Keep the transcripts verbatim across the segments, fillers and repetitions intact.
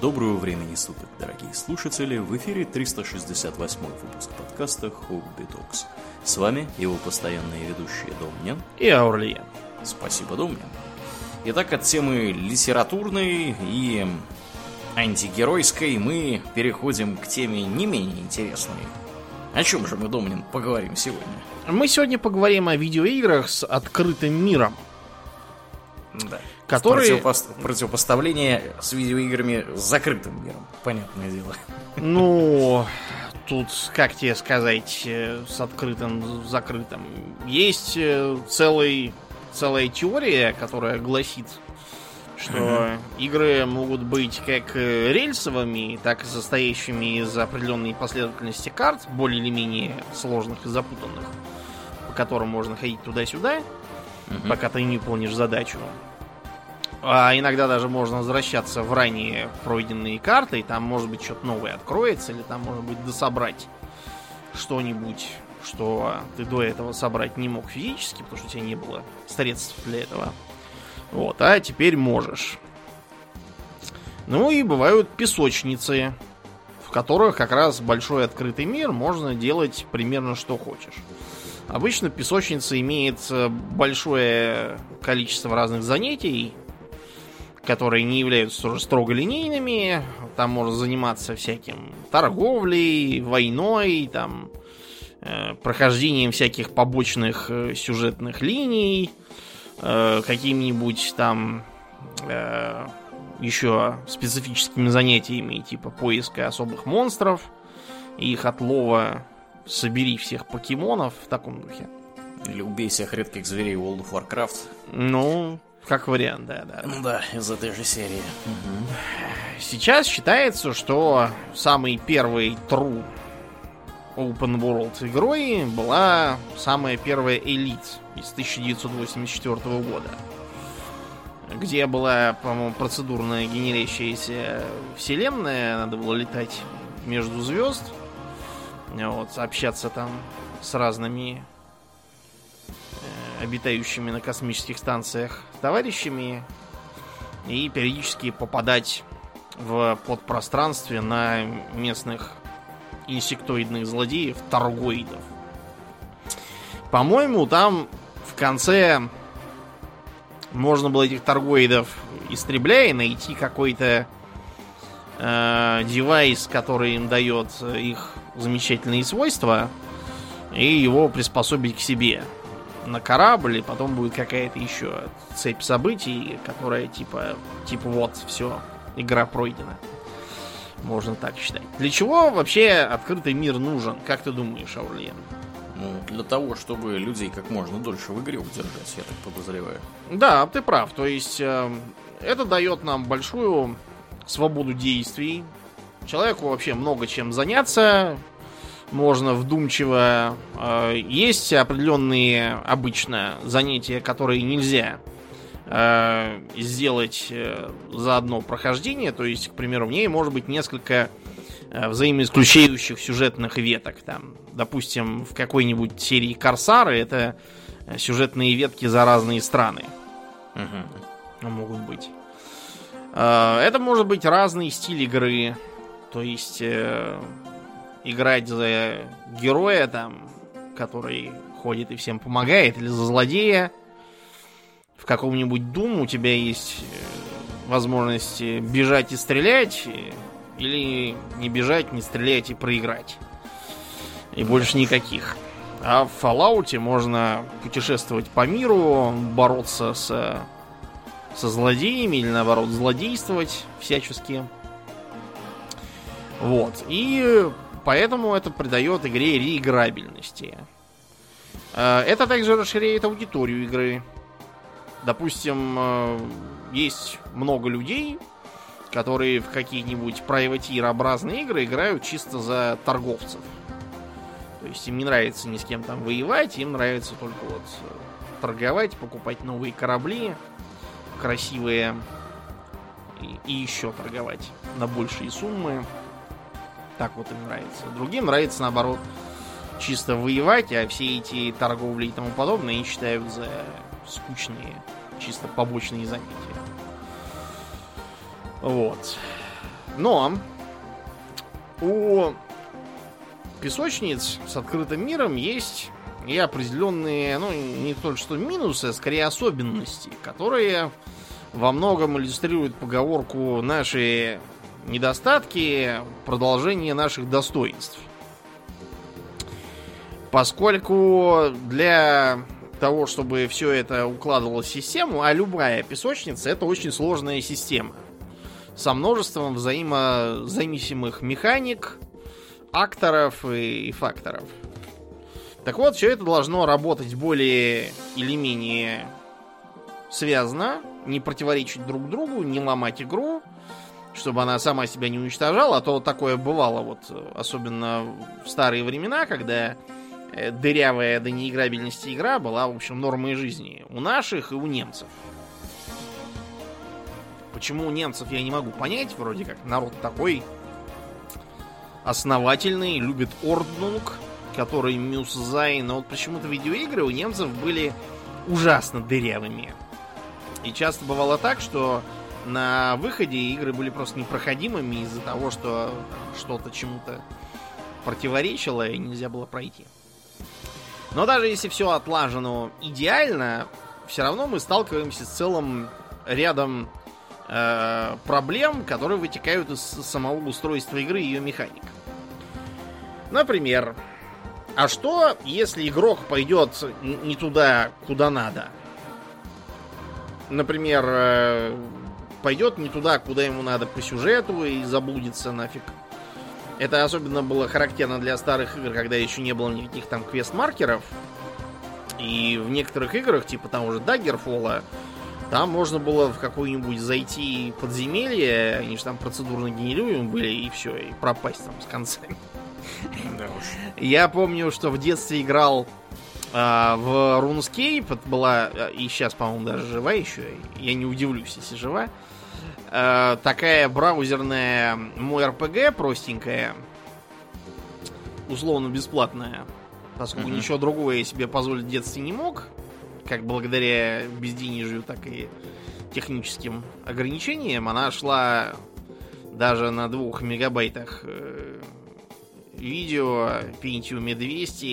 Доброго времени суток, дорогие слушатели! В эфире триста шестьдесят восьмой выпуск подкаста Hobby Talks. С вами его постоянные ведущие Домнин и Аурлиен. Спасибо, Домнин. Итак, от темы литературной и антигеройской мы переходим к теме не менее интересной. О чем же мы, Домнин, поговорим сегодня? Мы сегодня поговорим о видеоиграх с открытым миром. Да. Которые... Противопо... Противопоставление с видеоиграми с закрытым миром, понятное дело. Ну, тут, как тебе сказать, с открытым, с закрытым. Есть целый, целая теория, которая гласит, что uh-huh. игры могут быть как рельсовыми, так и состоящими из определенной последовательности карт, более или менее сложных и запутанных, по которым можно ходить туда-сюда, uh-huh. пока ты не выполнишь задачу. А иногда даже можно возвращаться в ранее пройденные карты, и там, может быть, что-то новое откроется, или там, может быть, дособрать что-нибудь, что ты до этого собрать не мог физически, потому что у тебя не было средств для этого. Вот, а теперь можешь. Ну и бывают песочницы, в которых как раз большой открытый мир, можно делать примерно что хочешь. Обычно песочница имеет большое количество разных занятий, которые не являются строго линейными. Там можно заниматься всяким торговлей, войной, там, э, прохождением всяких побочных э, сюжетных линий, э, какими-нибудь там э, еще специфическими занятиями, типа поиска особых монстров и их отлова, собери всех покемонов в таком духе. Или убей всех редких зверей World of Warcraft. Ну... Как вариант, да, да. Ну да, из этой же серии. Угу. Сейчас считается, что самый первый true open world игрой была самая первая Elite из тысяча девятьсот восемьдесят четвёртого года, где была, по-моему, процедурно генерящаяся вселенная, надо было летать между звезд, вот, общаться там с разными обитающими на космических станциях товарищами и периодически попадать в подпространстве на местных инсектоидных злодеев, торгоидов. По-моему, там в конце можно было этих торгоидов, истребляя, найти какой-то э, девайс, который им дает их замечательные свойства, и его приспособить к себе на корабль, и потом будет какая-то еще цепь событий, которая типа, типа вот, все, игра пройдена. Можно так считать. Для чего вообще открытый мир нужен? Как ты думаешь, Аурлиен? Ну, для того, чтобы людей как можно дольше в игре удержать, я так подозреваю. Да, ты прав. То есть, э, это дает нам большую свободу действий. Человеку вообще много чем заняться. Можно вдумчиво. Э, есть определенные обычно занятия, которые нельзя э, сделать э, за одно прохождение. То есть, к примеру, в ней может быть несколько э, взаимоисключающих сюжетных веток. Там, допустим, в какой-нибудь серии Корсары это сюжетные ветки за разные страны. Угу. Могут быть. Э, это может быть разный стиль игры. То есть... Э, играть за героя, там, который ходит и всем помогает, или за злодея. В каком-нибудь Doom у тебя есть возможность бежать и стрелять, или не бежать, не стрелять и проиграть. И больше никаких. А в Fallout можно путешествовать по миру, бороться с, со злодеями, или наоборот, злодействовать всячески. Вот. И поэтому это придает игре реиграбельности. Это также расширяет аудиторию игры. Допустим, есть много людей, которые в какие-нибудь прайватир-образные игры играют чисто за торговцев. То есть им не нравится ни с кем там воевать, им нравится только вот торговать, покупать новые корабли, красивые, и, и еще торговать на большие суммы. Так вот им нравится. Другим нравится, наоборот, чисто воевать, а все эти торговли и тому подобное они считают за скучные, чисто побочные занятия. Вот. Но у песочниц с открытым миром есть и определенные, ну, не только что минусы, а скорее особенности, которые во многом иллюстрируют поговорку «наши недостатки – продолжение наших достоинств». Поскольку для того, чтобы все это укладывалось в систему, а любая песочница – это очень сложная система со множеством взаимозависимых механик, акторов и факторов. Так вот, все это должно работать более или менее связано, не противоречить друг другу, не ломать игру, чтобы она сама себя не уничтожала, а то такое бывало, вот, особенно в старые времена, когда дырявая до неиграбельности игра была, в общем, нормой жизни у наших и у немцев. Почему у немцев, я не могу понять, вроде как народ такой основательный, любит Орднунг, который Мюсзайн, но вот почему-то видеоигры у немцев были ужасно дырявыми. И часто бывало так, что на выходе игры были просто непроходимыми из-за того, что что-то чему-то противоречило и нельзя было пройти. Но даже если все отлажено идеально, все равно мы сталкиваемся с целым рядом э, проблем, которые вытекают из самого устройства игры и ее механик. Например, а что, если игрок пойдет не туда, куда надо? Например, э, пойдет не туда, куда ему надо по сюжету и заблудится нафиг. Это особенно было характерно для старых игр, когда еще не было никаких там квест-маркеров. И в некоторых играх, типа того же Daggerfall, там можно было в какое-нибудь зайти подземелье, они же там процедурно генерируемые были, и все, и пропасть там с концами. Да уж. Я помню, что в детстве играл а, в RuneScape, это была, и сейчас, по-моему, даже жива еще, я не удивлюсь, если жива. Такая браузерная мой эр пи джи простенькая, условно бесплатная, поскольку mm-hmm. ничего другого я себе позволить в детстве не мог, как благодаря безденежью, так и техническим ограничениям. Она шла даже на двух мегабайтах видео, Pentium двести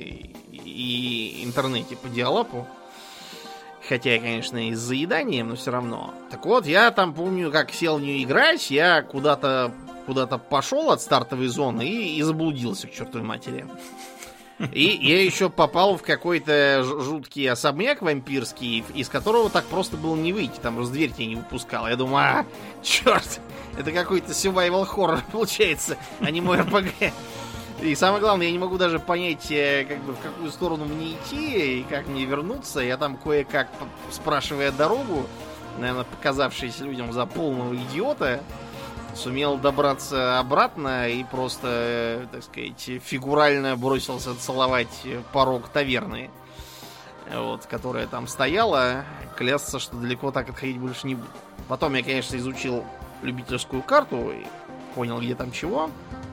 и интернете по диалапу. Хотя, конечно, и с заеданием, но все равно. Так вот, я там помню, как сел в нее играть, я куда-то куда-то пошел от стартовой зоны и, и заблудился к чертовой матери. И я еще попал в какой-то жуткий особняк вампирский, из которого так просто было не выйти, там просто дверь тебя не выпускала. Я думаю, а, черт, это какой-то survival horror получается, а не мой эр пи джи. И самое главное, я не могу даже понять, как бы, в какую сторону мне идти и как мне вернуться. Я там кое-как, спрашивая дорогу, наверное, показавшись людям за полного идиота, сумел добраться обратно и просто, так сказать, фигурально бросился целовать порог таверны, вот, которая там стояла. Клясться, что далеко так отходить больше не буду. Потом я, конечно, изучил любительскую карту и понял, где там чего.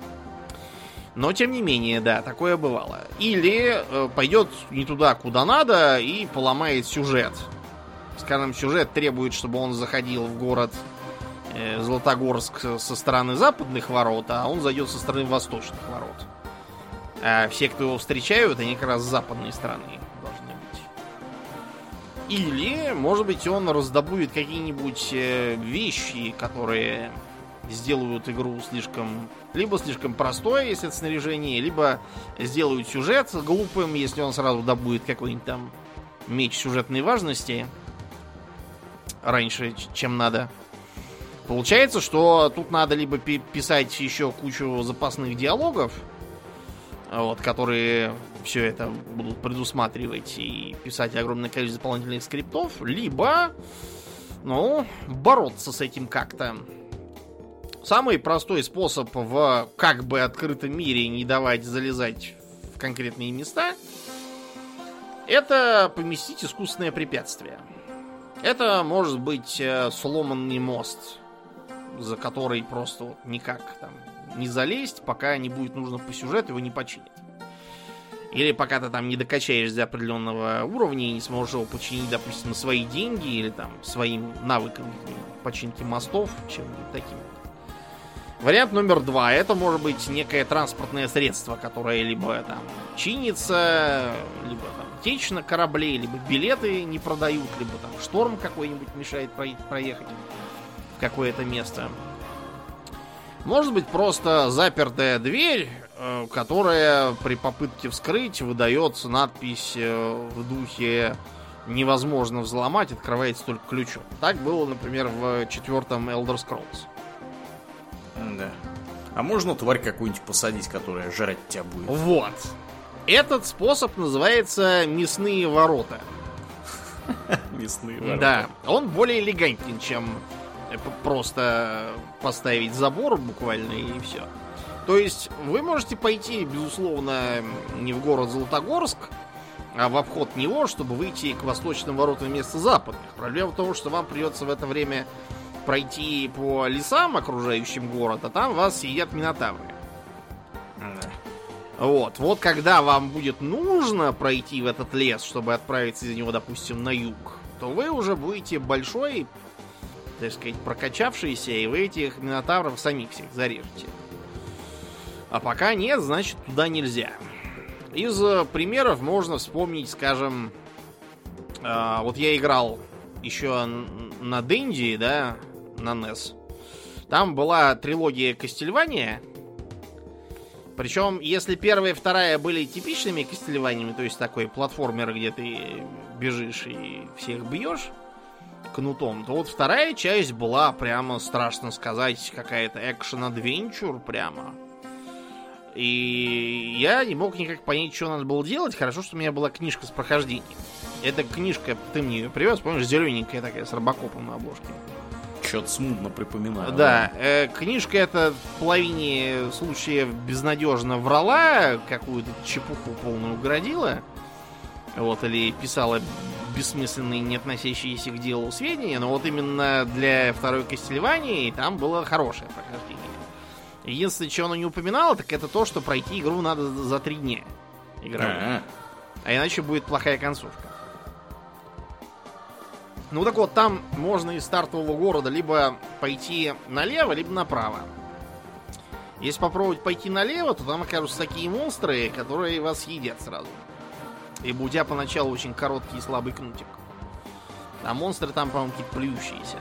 Но, тем не менее, да, такое бывало. Или э, пойдет не туда, куда надо, и поломает сюжет. Скажем, сюжет требует, чтобы он заходил в город э, Златогорск со стороны западных ворот, а он зайдет со стороны восточных ворот. А все, кто его встречают, они как раз с западной стороны должны быть. Или, может быть, он раздобудет какие-нибудь э, вещи, которые сделают игру слишком... Либо слишком простое, если это снаряжение, либо сделают сюжет глупым, если он сразу добудет какой-нибудь там меч сюжетной важности раньше, чем надо. Получается, что тут надо либо писать еще кучу запасных диалогов, вот, которые все это будут предусматривать, и писать огромное количество дополнительных скриптов, либо, ну, бороться с этим как-то. Самый простой способ в как бы открытом мире не давать залезать в конкретные места — это поместить искусственное препятствие. Это может быть сломанный мост, за который просто вот никак там не залезть, пока не будет нужно по сюжету, его не починят. Или пока ты там не докачаешь до определенного уровня и не сможешь его починить, допустим, на свои деньги или там своим навыком починки мостов, чем-нибудь таким. Вариант номер два. Это может быть некое транспортное средство, которое либо там чинится, либо там течь на корабле, либо билеты не продают, либо там шторм какой-нибудь мешает проехать в какое-то место. Может быть просто запертая дверь, которая при попытке вскрыть выдает надпись в духе «невозможно взломать, открывается только ключом». Так было, например, в четвертом Elder Scrolls. Да. А можно тварь какую-нибудь посадить, которая жрать тебя будет? Вот. Этот способ называется «мясные ворота». Мясные ворота. Да. Он более элегантен, чем просто поставить забор буквально и все. То есть вы можете пойти, безусловно, не в город Златогорск, а в обход него, чтобы выйти к восточным воротам вместо западных. Проблема в том, что вам придется в это время пройти по лесам, окружающим город, а там вас съедят минотавры. Да. Вот. Вот когда вам будет нужно пройти в этот лес, чтобы отправиться из него, допустим, на юг, то вы уже будете большой, так сказать, прокачавшийся, и вы этих минотавров самих всех зарежете. А пока нет, значит, туда нельзя. Из примеров можно вспомнить, скажем, э, вот я играл еще на Денди, да, на нес. Там была трилогия Кастельвания. Причем, если первая и вторая были типичными Кастельваниями, то есть такой платформер, где ты бежишь и всех бьешь кнутом, то вот вторая часть была прямо, страшно сказать, какая-то экшен-адвенчур прямо. И я не мог никак понять, что надо было делать. Хорошо, что у меня была книжка с прохождением. Эта книжка, ты мне ее привез, помнишь, зелененькая такая, с робокопом на обложке. Что-то смутно припоминаю. Да, э, книжка эта в половине случаев безнадежно врала, какую-то чепуху полную городила. Вот, или писала бессмысленные, не относящиеся к делу сведения. Но вот именно для второй Кастельвании там было хорошее прохождение. Единственное, чего она не упоминала, так это то, что пройти игру надо за три дня. Игра. А иначе будет плохая концовка. Ну так вот, там можно из стартового города либо пойти налево, либо направо. Если попробовать пойти налево, то там окажутся такие монстры, которые вас едят сразу. Ибо у тебя поначалу очень короткий и слабый кнутик. А монстры там, по-моему, какие-то плюющиеся.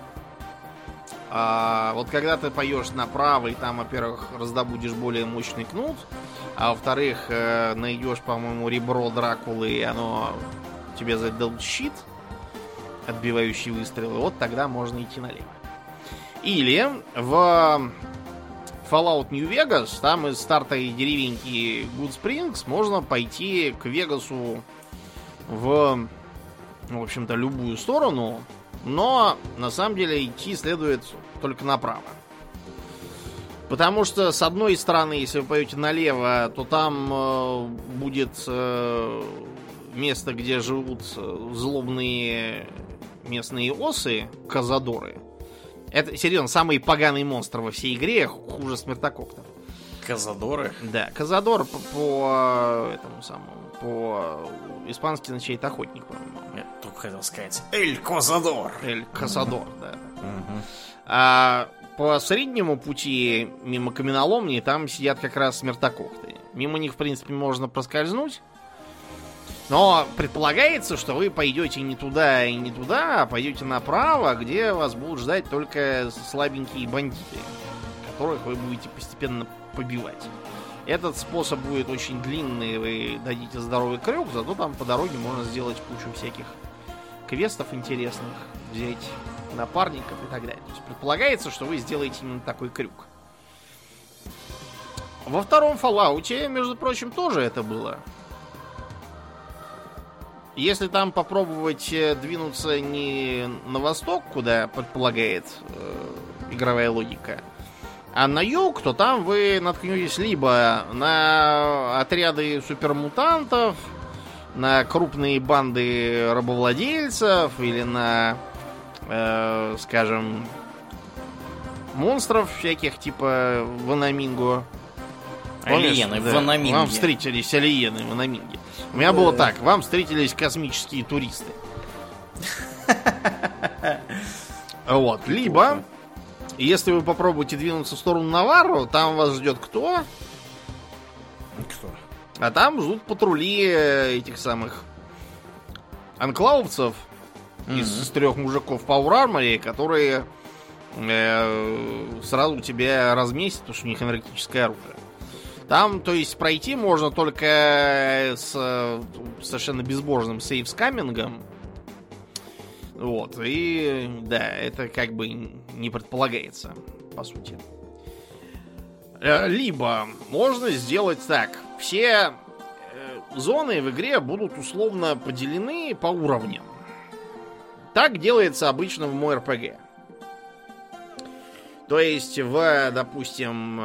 А вот когда ты поешь направо, и там, во-первых, раздобудешь более мощный кнут, а во-вторых, э, найдешь, по-моему, ребро Дракулы, и оно тебе зададут щит, отбивающий выстрелы, вот тогда можно идти налево. Или в Fallout New Vegas, там из стартой деревеньки Good Springs можно пойти к Вегасу в, в общем-то, любую сторону, но на самом деле идти следует только направо. Потому что, с одной стороны, если вы пойдете налево, то там э, будет э, место, где живут злобные местные осы, казадоры. Это, серьезно, самый поганый монстр во всей игре, хуже смертокоптов. Казадоры? Да, казадор по, по этому самому, по испански означает охотник, по-моему. Я только хотел сказать Эль Казадор. Эль Казадор, да. Угу. А по среднему пути мимо каменоломни там сидят как раз смертококты. Мимо них, в принципе, можно проскользнуть. Но предполагается, что вы пойдете не туда и не туда, а пойдете направо, где вас будут ждать только слабенькие бандиты, которых вы будете постепенно побивать. Этот способ будет очень длинный, вы дадите здоровый крюк, зато там по дороге можно сделать кучу всяких квестов интересных, взять напарников и так далее. То есть предполагается, что вы сделаете именно такой крюк. Во втором Fallout, между прочим, тоже это было. Если там попробовать двинуться не на восток, куда предполагает э, игровая логика, а на юг, то там вы наткнетесь либо на отряды супермутантов, на крупные банды рабовладельцев, или на, э, скажем, монстров всяких, типа Ванаминго. Алиены в Ванаминге. Вам встретились алиены в Ванаминге. У меня было так, вам встретились космические туристы. Вот, либо Если вы попробуете двинуться в сторону Наварро, там вас ждет кто? Кто? А там ждут патрули этих самых анклавовцев mm-hmm. из, из трех мужиков Power Armory, которые э, сразу тебя разместят, потому что у них энергетическое оружие. Там, то есть, пройти можно только с совершенно безбожным сейфскамингом. Вот, и да, это как бы не предполагается, по сути. Либо можно сделать так. Все зоны в игре будут условно поделены по уровням. Так делается обычно в МО-РПГ. То есть в, допустим,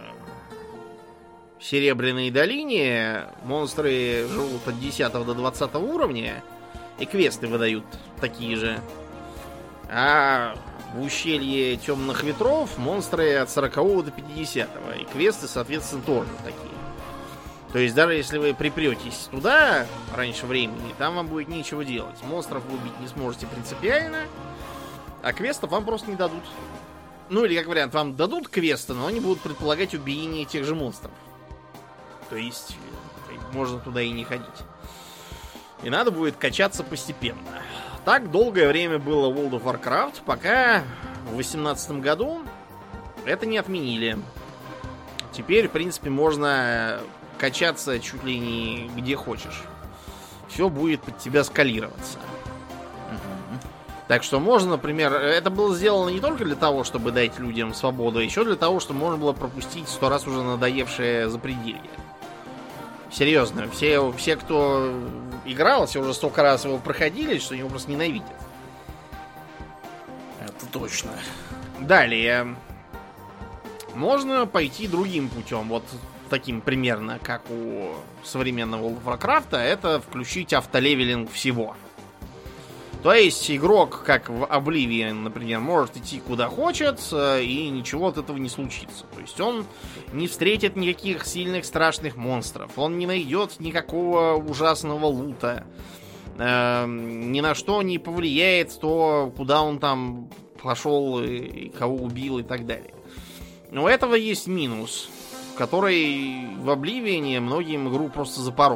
Серебряной долине монстры живут от десятого до двадцатого уровня, и квесты выдают такие же. А в ущелье Темных Ветров монстры от сорокового до пятидесятого, и квесты, соответственно, тоже такие. То есть даже если вы припретесь туда раньше времени, там вам будет нечего делать. Монстров вы убить не сможете принципиально, а квестов вам просто не дадут. Ну или, как вариант, вам дадут квесты, но они будут предполагать убиение тех же монстров. То есть можно туда и не ходить. И надо будет качаться постепенно. Так долгое время было в World of Warcraft, пока в восемнадцатом году это не отменили. Теперь, в принципе, можно качаться чуть ли не где хочешь. Все будет под тебя скалироваться. Угу. Так что можно, например, это было сделано не только для того, чтобы дать людям свободу, а еще для того, чтобы можно было пропустить сто раз уже надоевшее запределье. Серьезно, все, все, кто играл, все уже столько раз его проходили, что его просто ненавидят. Это точно. Далее. Можно пойти другим путем. Вот таким примерно, как у современного World of Warcraft. Это включить автолевелинг всего. То есть игрок, как в Oblivion, например, может идти куда хочет, и ничего от этого не случится. То есть он не встретит никаких сильных страшных монстров, он не найдет никакого ужасного лута, э, ни на что не повлияет то, куда он там пошел, и кого убил и так далее. Но у этого есть минус, который в Oblivion многим игру просто запорол.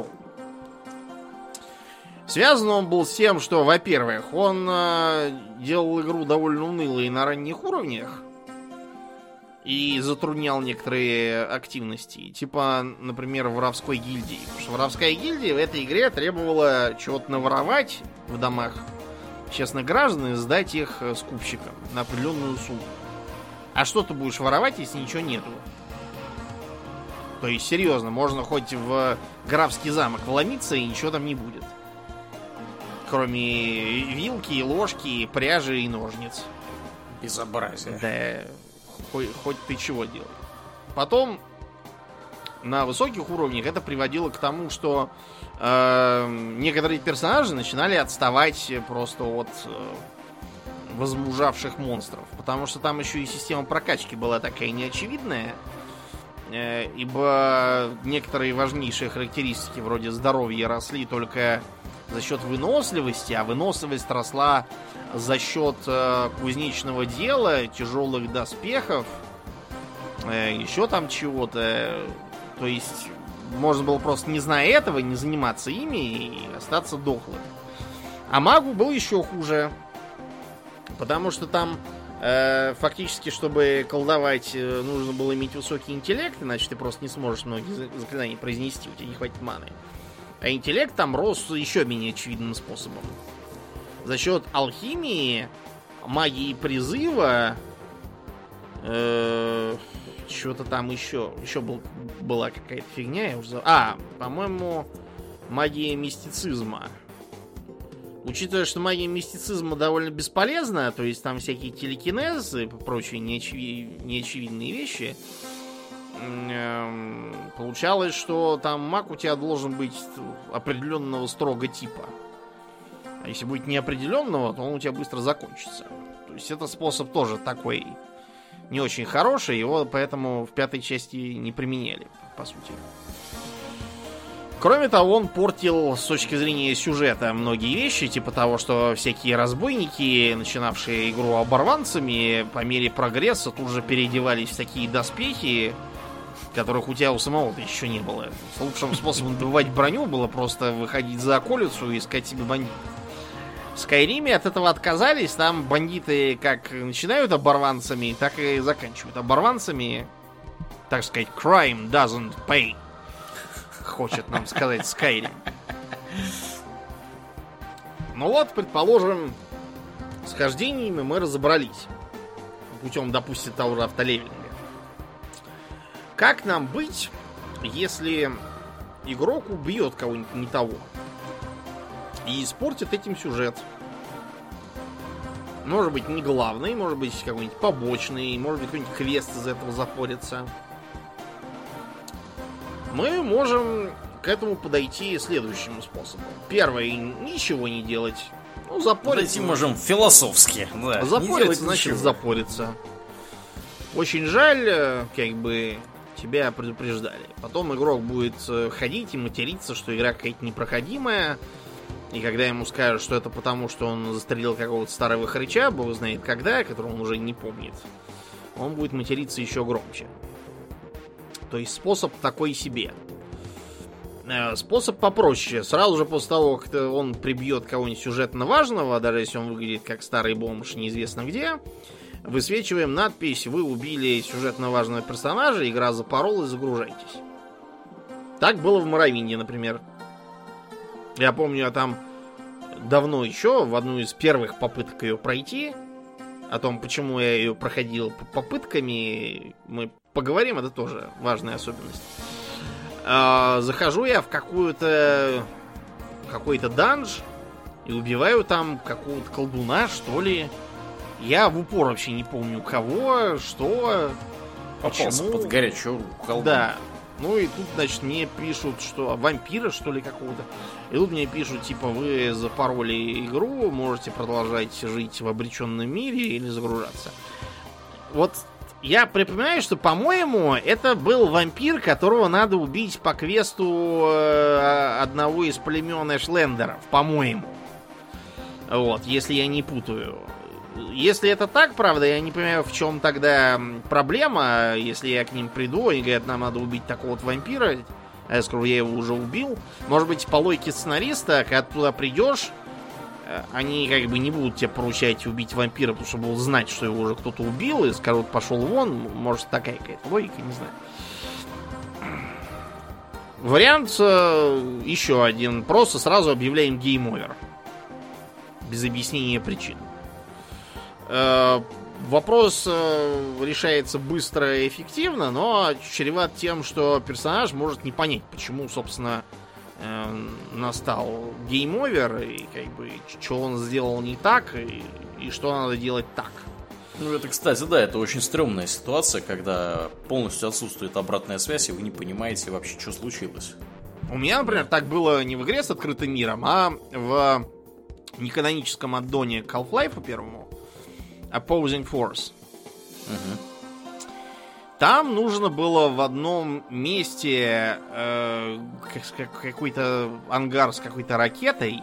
Связан он был с тем, что, во-первых, он э, делал игру довольно унылой на ранних уровнях и затруднял некоторые активности, типа, например, воровской гильдии. Потому что воровская гильдия в этой игре требовала чего-то наворовать в домах честных граждан и сдать их скупщикам на определенную сумму. А что ты будешь воровать, если ничего нету? То есть, серьезно, можно хоть в графский замок вломиться, и ничего там не будет. Кроме вилки, ложки, пряжи и ножниц. Безобразие. Да, хоть, хоть ты чего делай. Потом, на высоких уровнях это приводило к тому, что э, некоторые персонажи начинали отставать просто от э, возмужавших монстров. Потому что там еще и система прокачки была такая неочевидная. Э, ибо некоторые важнейшие характеристики вроде здоровья росли только за счет выносливости, а выносливость росла за счет э, кузнечного дела, тяжелых доспехов, э, еще там чего-то. То есть можно было просто, не зная этого, не заниматься ими и остаться дохлым. А магу было еще хуже, потому что там э, фактически, чтобы колдовать, э, нужно было иметь высокий интеллект, иначе ты просто не сможешь многие заклинания произнести, у тебя не хватит маны. А интеллект там рос еще менее очевидным способом. За счет алхимии, магии призыва, э, что-то там еще. Еще был, была какая-то фигня. Я уже забыл. А, по-моему, магия мистицизма. Учитывая, что магия мистицизма довольно бесполезна, то есть там всякие телекинезы и прочие неочевид... неочевидные вещи, получалось, что там маг у тебя должен быть определенного строго типа. А если будет неопределенного, то он у тебя быстро закончится. То есть это способ тоже такой не очень хороший, его поэтому в пятой части не применяли, по сути. Кроме того, он портил с точки зрения сюжета многие вещи, типа того, что всякие разбойники, начинавшие игру оборванцами, по мере прогресса тут же переодевались в такие доспехи, которых у тебя у самого-то еще не было. Лучшим способом добывать броню было просто выходить за околицу и искать себе бандитов. В Скайриме от этого отказались, там бандиты как начинают оборванцами, так и заканчивают оборванцами. Так сказать, crime doesn't pay. Хочет нам сказать Skyrim. Ну вот, предположим, с хождениями мы разобрались. Путем, допустим, того же автолевелинга. Как нам быть, если игрок убьет кого-нибудь не того и испортит этим сюжет? Может быть, не главный, может быть, какой-нибудь побочный, может быть, какой-нибудь квест из этого запорится. Мы можем к этому подойти следующим способом. Первое, ничего не делать. Ну, запориться. Подойти можем философски. Да, запориться, значит, ничего. Запориться. Очень жаль, как бы тебя предупреждали. Потом игрок будет ходить и материться, что игра какая-то непроходимая. И когда ему скажут, что это потому, что он застрелил какого-то старого хрыча, бог знает когда, которого он уже не помнит, он будет материться еще громче. То есть способ такой себе. Способ попроще. Сразу же после того, как он прибьет кого-нибудь сюжетно важного, даже если он выглядит как старый бомж неизвестно где, высвечиваем надпись: вы убили сюжетно важного персонажа, игра запоролась, загружайтесь. Так было в Моровинде, например. Я помню, я там давно еще, в одну из первых попыток ее пройти, о том, почему я ее проходил попытками, мы поговорим, это тоже важная особенность. А, захожу я в какую-то какой-то данж и убиваю там какого-то колдуна, что ли. Я в упор вообще не помню кого, что, попался почему. Под горячую руку колдун. Да. Ну и тут, значит, мне пишут, что вампира, что ли, какого-то. И тут мне пишут, типа, вы запороли игру, можете продолжать жить в обреченном мире или загружаться. Вот я припоминаю, что, по-моему, это был вампир, которого надо убить по квесту э, одного из племен Эшлендеров, по-моему. Вот, если я не путаю. Если это так, правда, я не понимаю, в чем тогда проблема. Если я к ним приду, они говорят, нам надо убить такого вот вампира, а я скажу, я его уже убил. Может быть, по логике сценариста, когда ты туда придешь, они как бы не будут тебе поручать убить вампира, потому что будут знать, что его уже кто-то убил, и скажут, пошел вон. Может, такая какая-то логика, не знаю. Вариант э, еще один. Просто сразу объявляем гейм-овер. Без объяснения причин. Э, вопрос э, решается быстро и эффективно, но чреват тем, что персонаж может не понять, почему, собственно, э, настал гейм-овер, и как бы, что он сделал не так, и, и что надо делать так. Ну, это, кстати, да, это очень стрёмная ситуация, когда полностью отсутствует обратная связь, и вы не понимаете вообще, что случилось. У меня, например, так было не в игре с открытым миром, а в неканоническом аддоне к Half-Life первому, Opposing Force. Угу. Там нужно было в одном месте э, как, какой-то ангар с какой-то ракетой.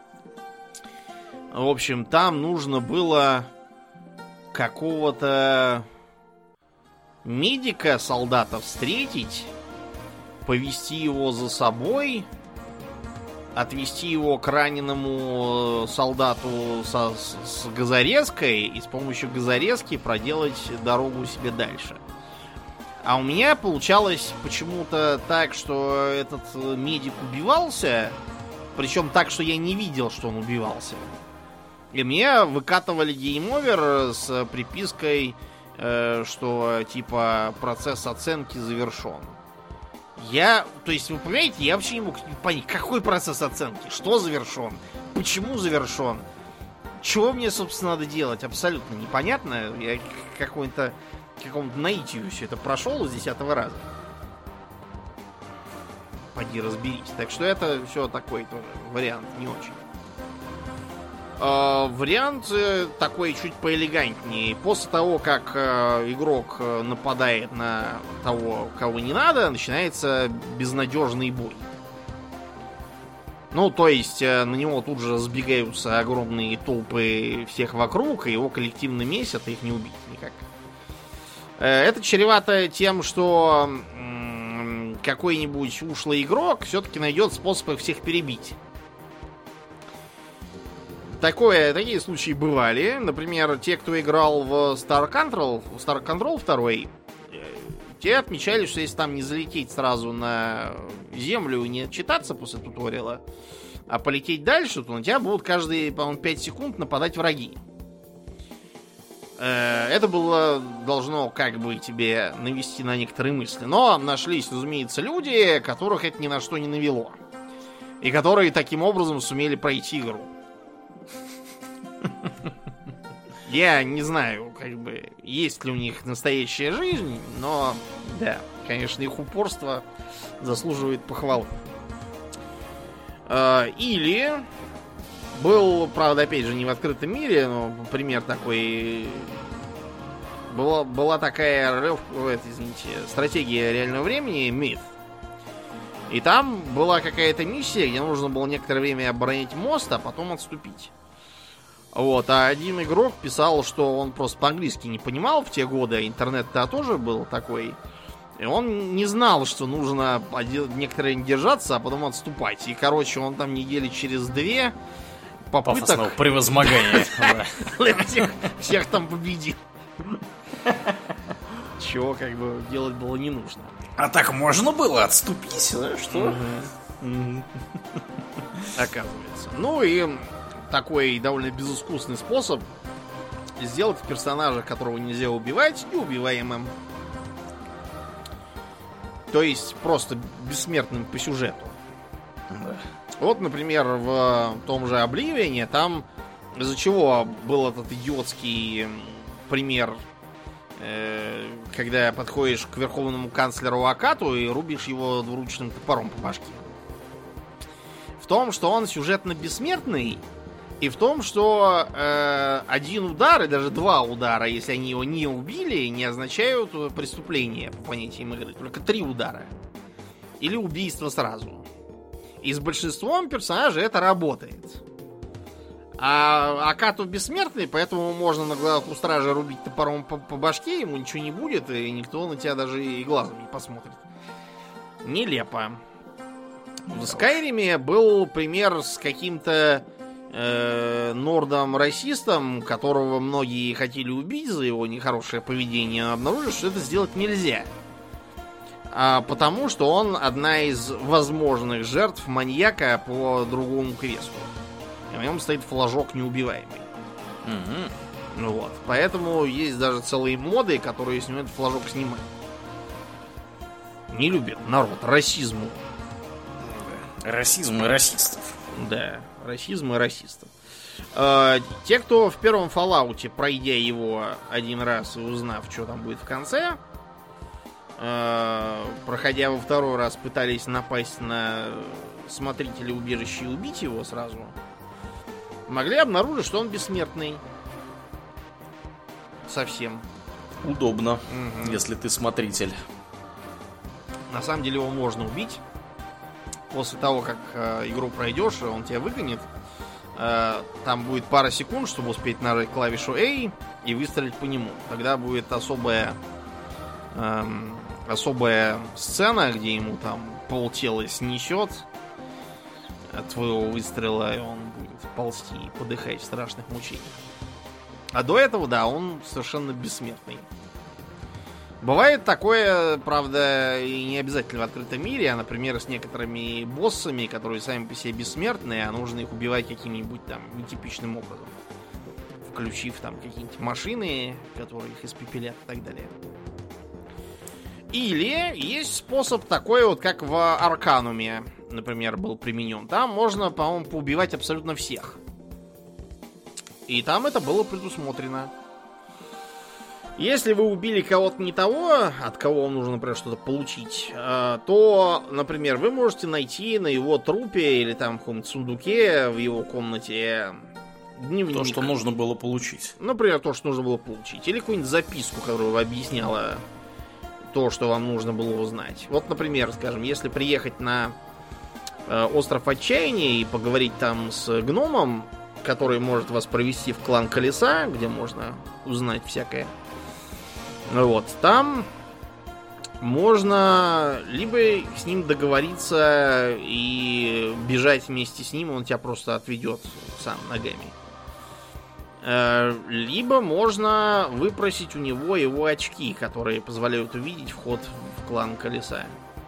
В общем, там нужно было какого-то медика, солдата встретить, повести его за собой, отвести его к раненому солдату со, с, с газорезкой и с помощью газорезки проделать дорогу себе дальше. А у меня получалось почему-то так, что этот медик убивался, причем так, что я не видел, что он убивался. И мне выкатывали гейм-овер с припиской, э, что типа процесс оценки завершен. Я, то есть, вы понимаете, я вообще не мог понять, какой процесс оценки, что завершен, почему завершен, чего мне, собственно, надо делать, абсолютно непонятно. Я какой-то, какому-то наитию все это прошел с десятого раза. Поди разберись. Так что это все такой тоже вариант не очень. Uh, вариант uh, такой чуть поэлегантнее. После того, как uh, игрок uh, нападает на того, кого не надо, начинается безнадежный бой. Ну, то есть, на него тут же сбегаются огромные толпы всех вокруг, и его коллективно месят, и их не убить никак. Это чревато тем, что какой-нибудь ушлый игрок все-таки найдет способ их всех перебить. Такое, такие случаи бывали. Например, те, кто играл в Star Control, Star Control два, те отмечали, что если там не залететь сразу на землю и не отчитаться после туториала, а полететь дальше, то на тебя будут каждые, по-моему, пять секунд нападать враги. Это было должно как бы тебе навести на некоторые мысли. Но нашлись, разумеется, люди, которых это ни на что не навело. И которые таким образом сумели пройти игру. Я не знаю, как бы, есть ли у них настоящая жизнь, но, да, конечно, их упорство заслуживает похвалы. Или был, правда, опять же, не в открытом мире, но пример такой. Была, была такая, извините, стратегия реального времени, Myth. И там была какая-то миссия, где нужно было некоторое время оборонять мост, а потом отступить. Вот, а один игрок писал, что он просто по-английски не понимал в те годы, а интернет-то тоже был такой. И он не знал, что нужно некоторое время держаться, а потом отступать. И, короче, он там недели через две попыток... Пафосного превозмогания. Всех там победил. Чего, как бы, делать было не нужно. А так можно было отступить, да? Что? Оказывается. Ну и... такой довольно безыскусный способ сделать персонажа, которого нельзя убивать, неубиваемым. То есть просто бессмертным по сюжету. Да. Вот, например, в том же Обливионе, там из-за чего был этот идиотский пример, э, когда подходишь к верховному канцлеру Акату и рубишь его двуручным топором по башке. В том, что он сюжетно бессмертный, и в том, что э, один удар и даже два удара, если они его не убили, не означают преступление по понятиям игры. Только три удара. Или убийство сразу. И с большинством персонажей это работает. А Акату бессмертный, поэтому можно на глазах у стража рубить топором по, по башке, ему ничего не будет, и никто на тебя даже и глазом не посмотрит. Нелепо. В Скайриме был пример с каким-то э, нордом-расистом, которого многие хотели убить за его нехорошее поведение, но обнаружили, что это сделать нельзя. А потому что он одна из возможных жертв маньяка по другому квесту. И в нем стоит флажок неубиваемый. Mm-hmm. Ну вот. Поэтому есть даже целые моды, которые с него этот флажок снимают. Не любит народ расизму. Расизм и расистов. Да, расизм и расистов. Э, те, кто в первом Fallout, пройдя его один раз и узнав, что там будет в конце, э, проходя во второй раз, пытались напасть на смотрителя убежища и убить его сразу, могли обнаружить, что он бессмертный. Совсем. Удобно, угу. Если ты смотритель. На самом деле его можно убить. После того, как э, игру пройдешь, он тебя выгонит. Э, там будет пара секунд, чтобы успеть нажать клавишу A и выстрелить по нему. Тогда будет особая э, особая сцена, где ему там полтела снесет от твоего выстрела, и он будет ползти и подыхать в страшных мучениях. А до этого, да, он совершенно бессмертный. Бывает такое, правда, и не обязательно в открытом мире, а, например, с некоторыми боссами, которые сами по себе бессмертные, а нужно их убивать каким-нибудь там нетипичным образом. Включив там какие-нибудь машины, которые их испепелят и так далее. Или есть способ такой вот, как в Аркануме, например, был применен. Там можно, по-моему, поубивать абсолютно всех. И там это было предусмотрено. Если вы убили кого-то не того, от кого вам нужно, например, что-то получить, то, например, вы можете найти на его трупе или там в каком-нибудь сундуке в его комнате дневник. То, что нужно было получить. Например, то, что нужно было получить. Или какую-нибудь записку, которая объясняла то, что вам нужно было узнать. Вот, например, скажем, если приехать на э, остров Отчаяния и поговорить там с гномом, который может вас провести в клан Колеса, где можно узнать всякое. Вот, там можно либо с ним договориться и бежать вместе с ним, он тебя просто отведет сам ногами. Либо можно выпросить у него его очки, которые позволяют увидеть вход в клан Колеса.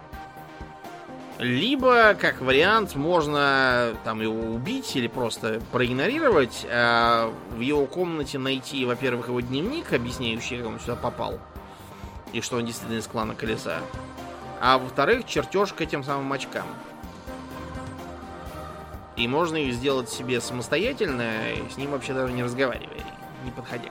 Либо, как вариант, можно там его убить или просто проигнорировать, а в его комнате найти, во-первых, его дневник, объясняющий, как он сюда попал, и что он действительно из клана Колеса, а во-вторых, чертеж к этим самым очкам. И можно их сделать себе самостоятельно, с ним вообще даже не разговаривая, не подходя.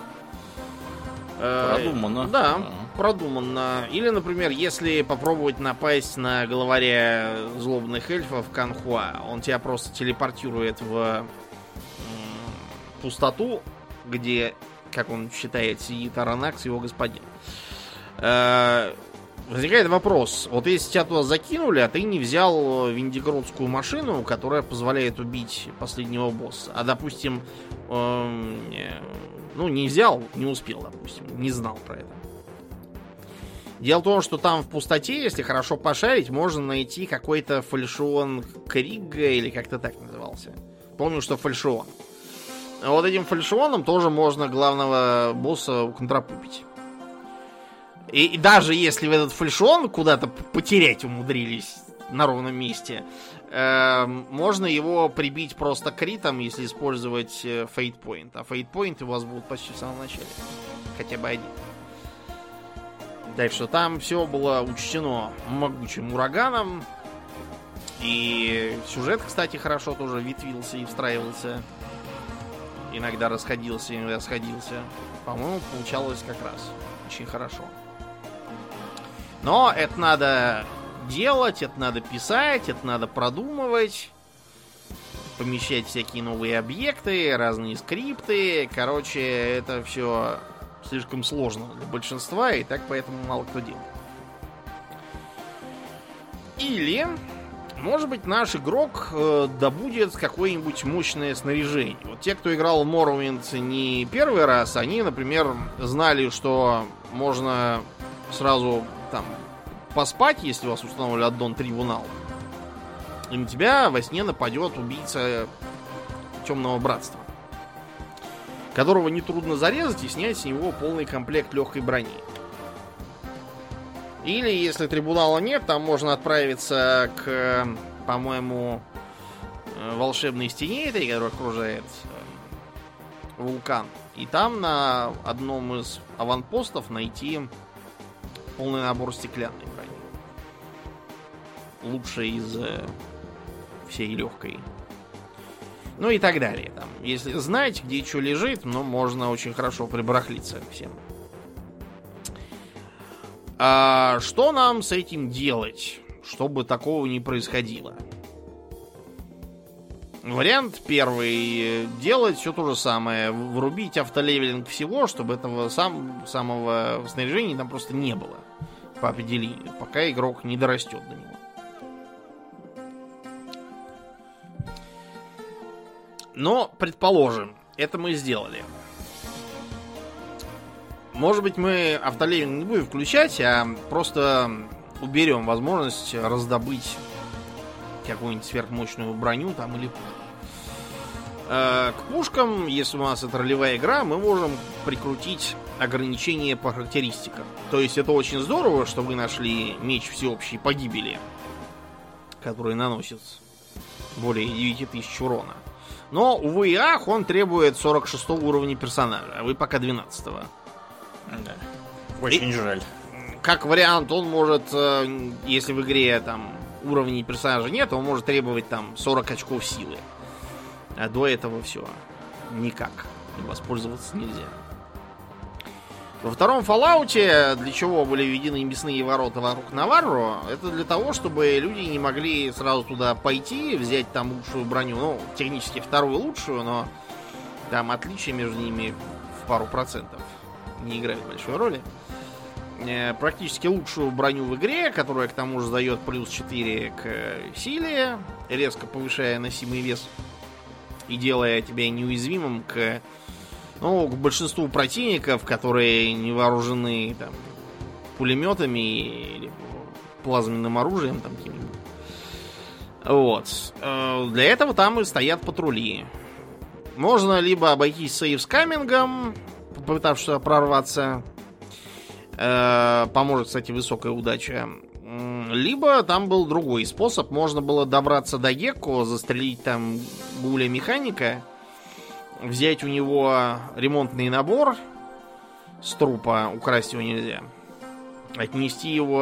Продуманно. Да, а. продуманно. Или, например, если попробовать напасть на главаря злобных эльфов Канхуа, он тебя просто телепортирует в пустоту, где, как он считает, сидит Аронакс, его господин. Возникает вопрос, вот если тебя туда закинули, а ты не взял виндигродскую машину, которая позволяет убить последнего босса, а, допустим, эм, ну, не взял, не успел, допустим, не знал про это. Дело в том, что там в пустоте, если хорошо пошарить, можно найти какой-то фальшион Крига, или как-то так назывался. Помню, что фальшион. А вот этим фальшионом тоже можно главного босса уконтропупить. И, и даже если в этот фальшион куда-то потерять умудрились на ровном месте, э, можно его прибить просто критом, если использовать э, Fate Point. А Fate Point у вас будут почти в самом начале. Хотя бы один. Так что там все было учтено могучим ураганом. И сюжет, кстати, хорошо тоже ветвился и встраивался. Иногда расходился, иногда сходился. По-моему, получалось как раз очень хорошо. Но это надо делать, это надо писать, это надо продумывать, помещать всякие новые объекты, разные скрипты. Короче, это все слишком сложно для большинства, и так поэтому мало кто делает. Или, может быть, наш игрок э, добудет какое-нибудь мощное снаряжение. Вот те, кто играл в Morrowind не первый раз, они, например, знали, что можно сразу там поспать, если у вас установили аддон Трибунал, и на тебя во сне нападет убийца Темного Братства, которого нетрудно зарезать и снять с него полный комплект легкой брони. Или, если Трибунала нет, там можно отправиться к, по-моему, волшебной стене этой, которая окружает вулкан, и там на одном из аванпостов найти полный набор стеклянной брони. Лучшая из э, всей легкой. Ну и так далее. Там, если знаете, где что лежит, ну, можно очень хорошо прибарахлиться всем. А что нам с этим делать, чтобы такого не происходило? Вариант первый. Делать все то же самое. Врубить автолевелинг всего, чтобы этого сам, самого снаряжения там просто не было. По определению. Пока игрок не дорастет до него. Но, предположим, это мы сделали. Может быть, мы автолевелинг не будем включать, а просто уберем возможность раздобыть какую-нибудь сверхмощную броню там или пушку. К пушкам, если у нас это ролевая игра, мы можем прикрутить ограничения по характеристикам. То есть это очень здорово, что вы нашли меч всеобщей погибели, который наносит более девяти тысяч урона. Но, увы и ах, он требует сорок шестого уровня персонажа, а вы пока двенадцатого. Да. Очень и, жаль. Как вариант, он может, если в игре там уровней персонажа нет, он может требовать там сорок очков силы. А до этого все. Никак. Воспользоваться нельзя. Во втором Fallout, для чего были введены мясные ворота вокруг Наварро, это для того, чтобы люди не могли сразу туда пойти, взять там лучшую броню. Ну, технически вторую лучшую, но там отличия между ними в пару процентов не играют большой роли. э, практически лучшую броню в игре, которая к тому же дает плюс четыре к силе, резко повышая носимый вес и делая тебя неуязвимым к, ну, к большинству противников, которые не вооружены там пулеметами или плазменным оружием там каким-нибудь. Вот. Для этого там и стоят патрули. Можно либо обойтись сейфскамингом, попытавшись прорваться. Поможет, кстати, высокая удача. Либо там был другой способ. Можно было добраться до Гекко, застрелить там гуля-механика, взять у него ремонтный набор с трупа, украсть его нельзя, отнести его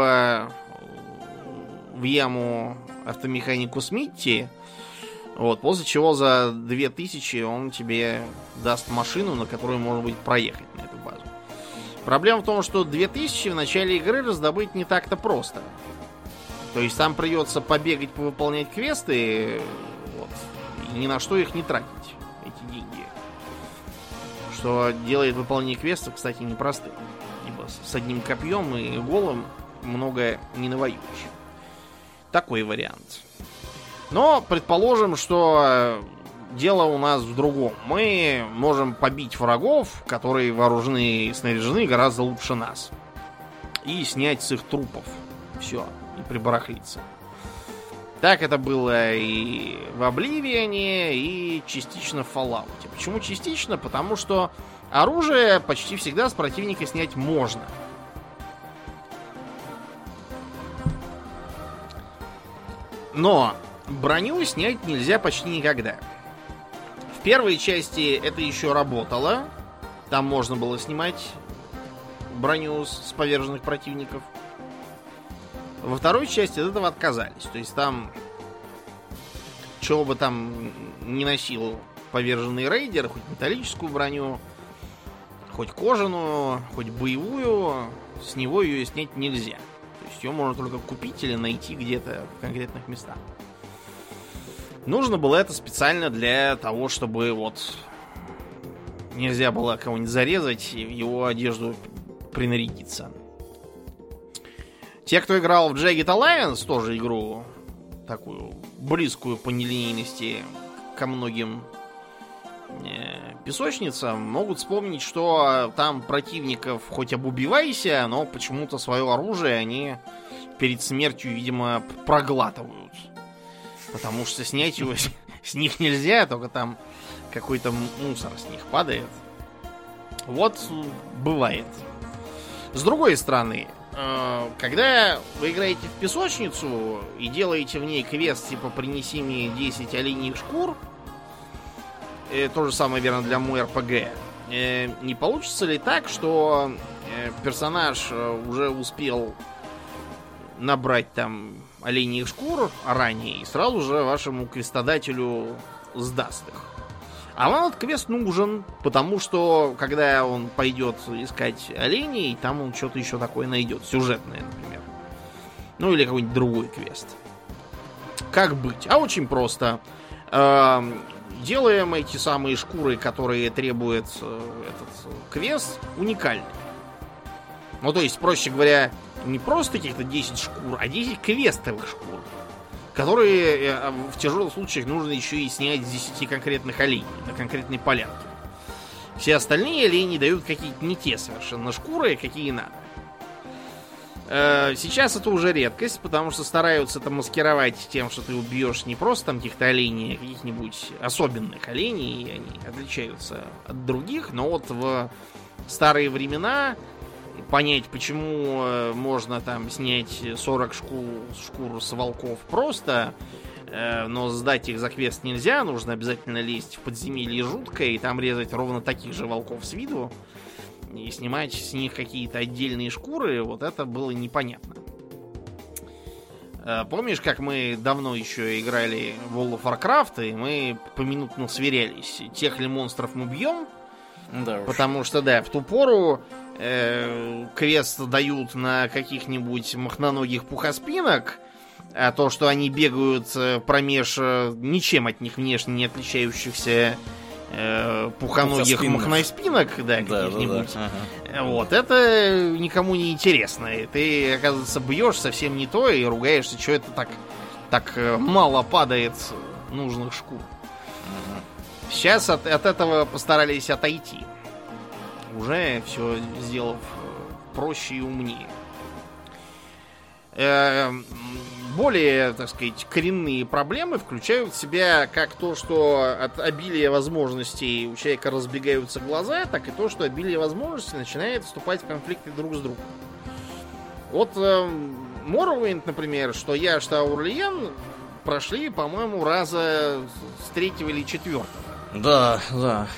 в яму автомеханику Смитти, вот, после чего за две тысячи он тебе даст машину, на которую можно будет проехать на эту базу. Проблема в том, что две тысячи в начале игры раздобыть не так-то просто. То есть там придется побегать, повыполнять квесты, вот, и ни на что их не тратить, эти деньги. Что делает выполнение квестов, кстати, непростым. Ибо с одним копьем и голым много не навоюешь. Такой вариант. Но предположим, что дело у нас в другом. Мы можем побить врагов, которые вооружены и снаряжены гораздо лучше нас. И снять с их трупов. Все. И прибарахлиться. Так это было и в Обливионе, и частично в Fallout. Почему частично? Потому что оружие почти всегда с противника снять можно. Но броню снять нельзя почти никогда. В первой части это еще работало. Там можно было снимать броню с поверженных противников. Во второй части от этого отказались. То есть там, чего бы там не носил поверженный рейдер, хоть металлическую броню, хоть кожаную, хоть боевую, с него ее снять нельзя. То есть ее можно только купить или найти где-то в конкретных местах. Нужно было это специально для того, чтобы вот нельзя было кого-нибудь зарезать и в его одежду принарядиться. Те, кто играл в Jagged Alliance, тоже игру такую близкую по нелинейности ко многим э, песочницам, могут вспомнить, что там противников хоть обубивайся, но почему-то свое оружие они перед смертью, видимо, проглатывают. Потому что снять его с них нельзя, только там какой-то мусор с них падает. Вот бывает. С другой стороны, когда вы играете в песочницу и делаете в ней квест типа «Принеси мне десять оленьих шкур», то же самое верно для МО эр пэ гэ, не получится ли так, что персонаж уже успел набрать там оленьих шкур ранее и сразу же вашему квестодателю сдаст их? А вам этот квест нужен, потому что, когда он пойдет искать оленей, там он что-то еще такое найдет. Сюжетное, например. Ну, или какой-нибудь другой квест. Как быть? А очень просто. Делаем эти самые шкуры, которые требует этот квест, уникальными. Ну, то есть, проще говоря, не просто каких-то десять шкур, а десять квестовых шкур, которые в тяжелых случаях нужно еще и снять с десяти конкретных оленей на конкретной полянке. Все остальные олени дают какие-то не те совершенно шкуры, какие надо. Сейчас это уже редкость, потому что стараются это маскировать тем, что ты убьешь не просто там каких-то оленей, а каких-нибудь особенных оленей, и они отличаются от других. Но вот в старые времена понять, почему можно там снять сорок шкур, шкур с волков просто, э, но сдать их за квест нельзя, нужно обязательно лезть в подземелье жуткое и там резать ровно таких же волков с виду и снимать с них какие-то отдельные шкуры, вот это было непонятно. Э, помнишь, как мы давно еще играли в World of Warcraft, и мы поминутно сверялись, тех ли монстров мы бьем? Да уж. Потому что, да, в ту пору э, квест дают на каких-нибудь махноногих пухоспинок, а то, что они бегают промеж ничем от них внешне не отличающихся э, пухоногих махноспинок, да, каких-нибудь. Да, да, да. Ага. Вот, это никому не интересно. И ты, оказывается, бьешь совсем не то и ругаешься, что это так, так мало падает нужных шкур. Ага. Сейчас от, от этого постарались отойти. Уже все сделав проще и умнее. Более, так сказать, коренные проблемы включают в себя как то, что от обилия возможностей у человека разбегаются глаза, так и то, что обилие возможностей начинает вступать в конфликты друг с другом. Вот Morrowind, например, что я, что Аурлиен прошли, по-моему, раза с третьего или четвертого. Да, да.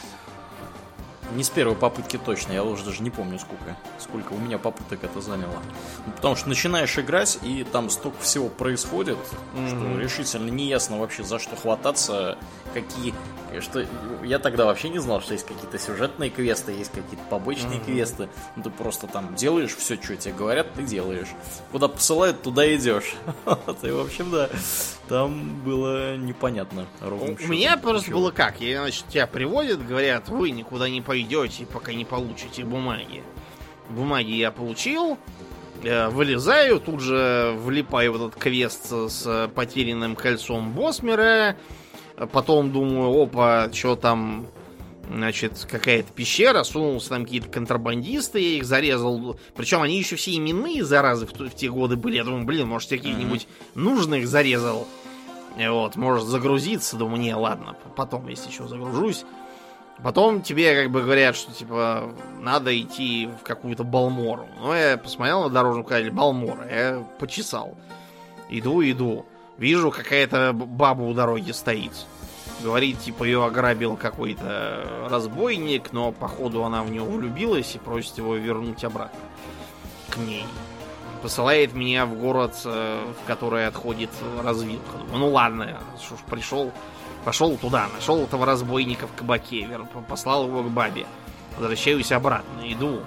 Не с первой попытки точно, я уже даже не помню, сколько, сколько у меня попыток это заняло. Ну, потому что начинаешь играть, и там столько всего происходит, mm-hmm. что решительно не ясно вообще, за что хвататься, какие... Что... Я тогда вообще не знал, что есть какие-то сюжетные квесты, есть какие-то побочные mm-hmm. квесты. Ну, ты просто там делаешь все, что тебе говорят, ты делаешь. Куда посылают, туда идешь. И, в общем, да, там было непонятно. У меня просто было как? Я, значит, тебя приводят, говорят, вы никуда не пойдете, пока не получите бумаги. Бумаги я получил, вылезаю, тут же влипаю в этот квест с потерянным кольцом Босмера. Потом думаю, опа, что там, значит, какая-то пещера, сунулся там какие-то контрабандисты, я их зарезал. Причем они еще все именные, заразы, в, в те годы были. Я думаю, блин, может, я каких-нибудь mm-hmm. нужных зарезал. Вот, может загрузиться. Думаю, не, ладно, потом, если что, загружусь. Потом тебе как бы говорят, что типа надо идти в какую-то Балмору. Ну, я посмотрел на дорожную карту, Балмора, я почесал. Иду, иду. Вижу, какая-то баба у дороги стоит. Говорит, типа, ее ограбил какой-то разбойник, но, походу, она в него влюбилась и просит его вернуть обратно к ней. Посылает меня в город, в который отходит развилка. Думаю, ну ладно, что ж, пришел, пошел туда, нашел этого разбойника в кабаке, послал его к бабе. Возвращаюсь обратно, иду.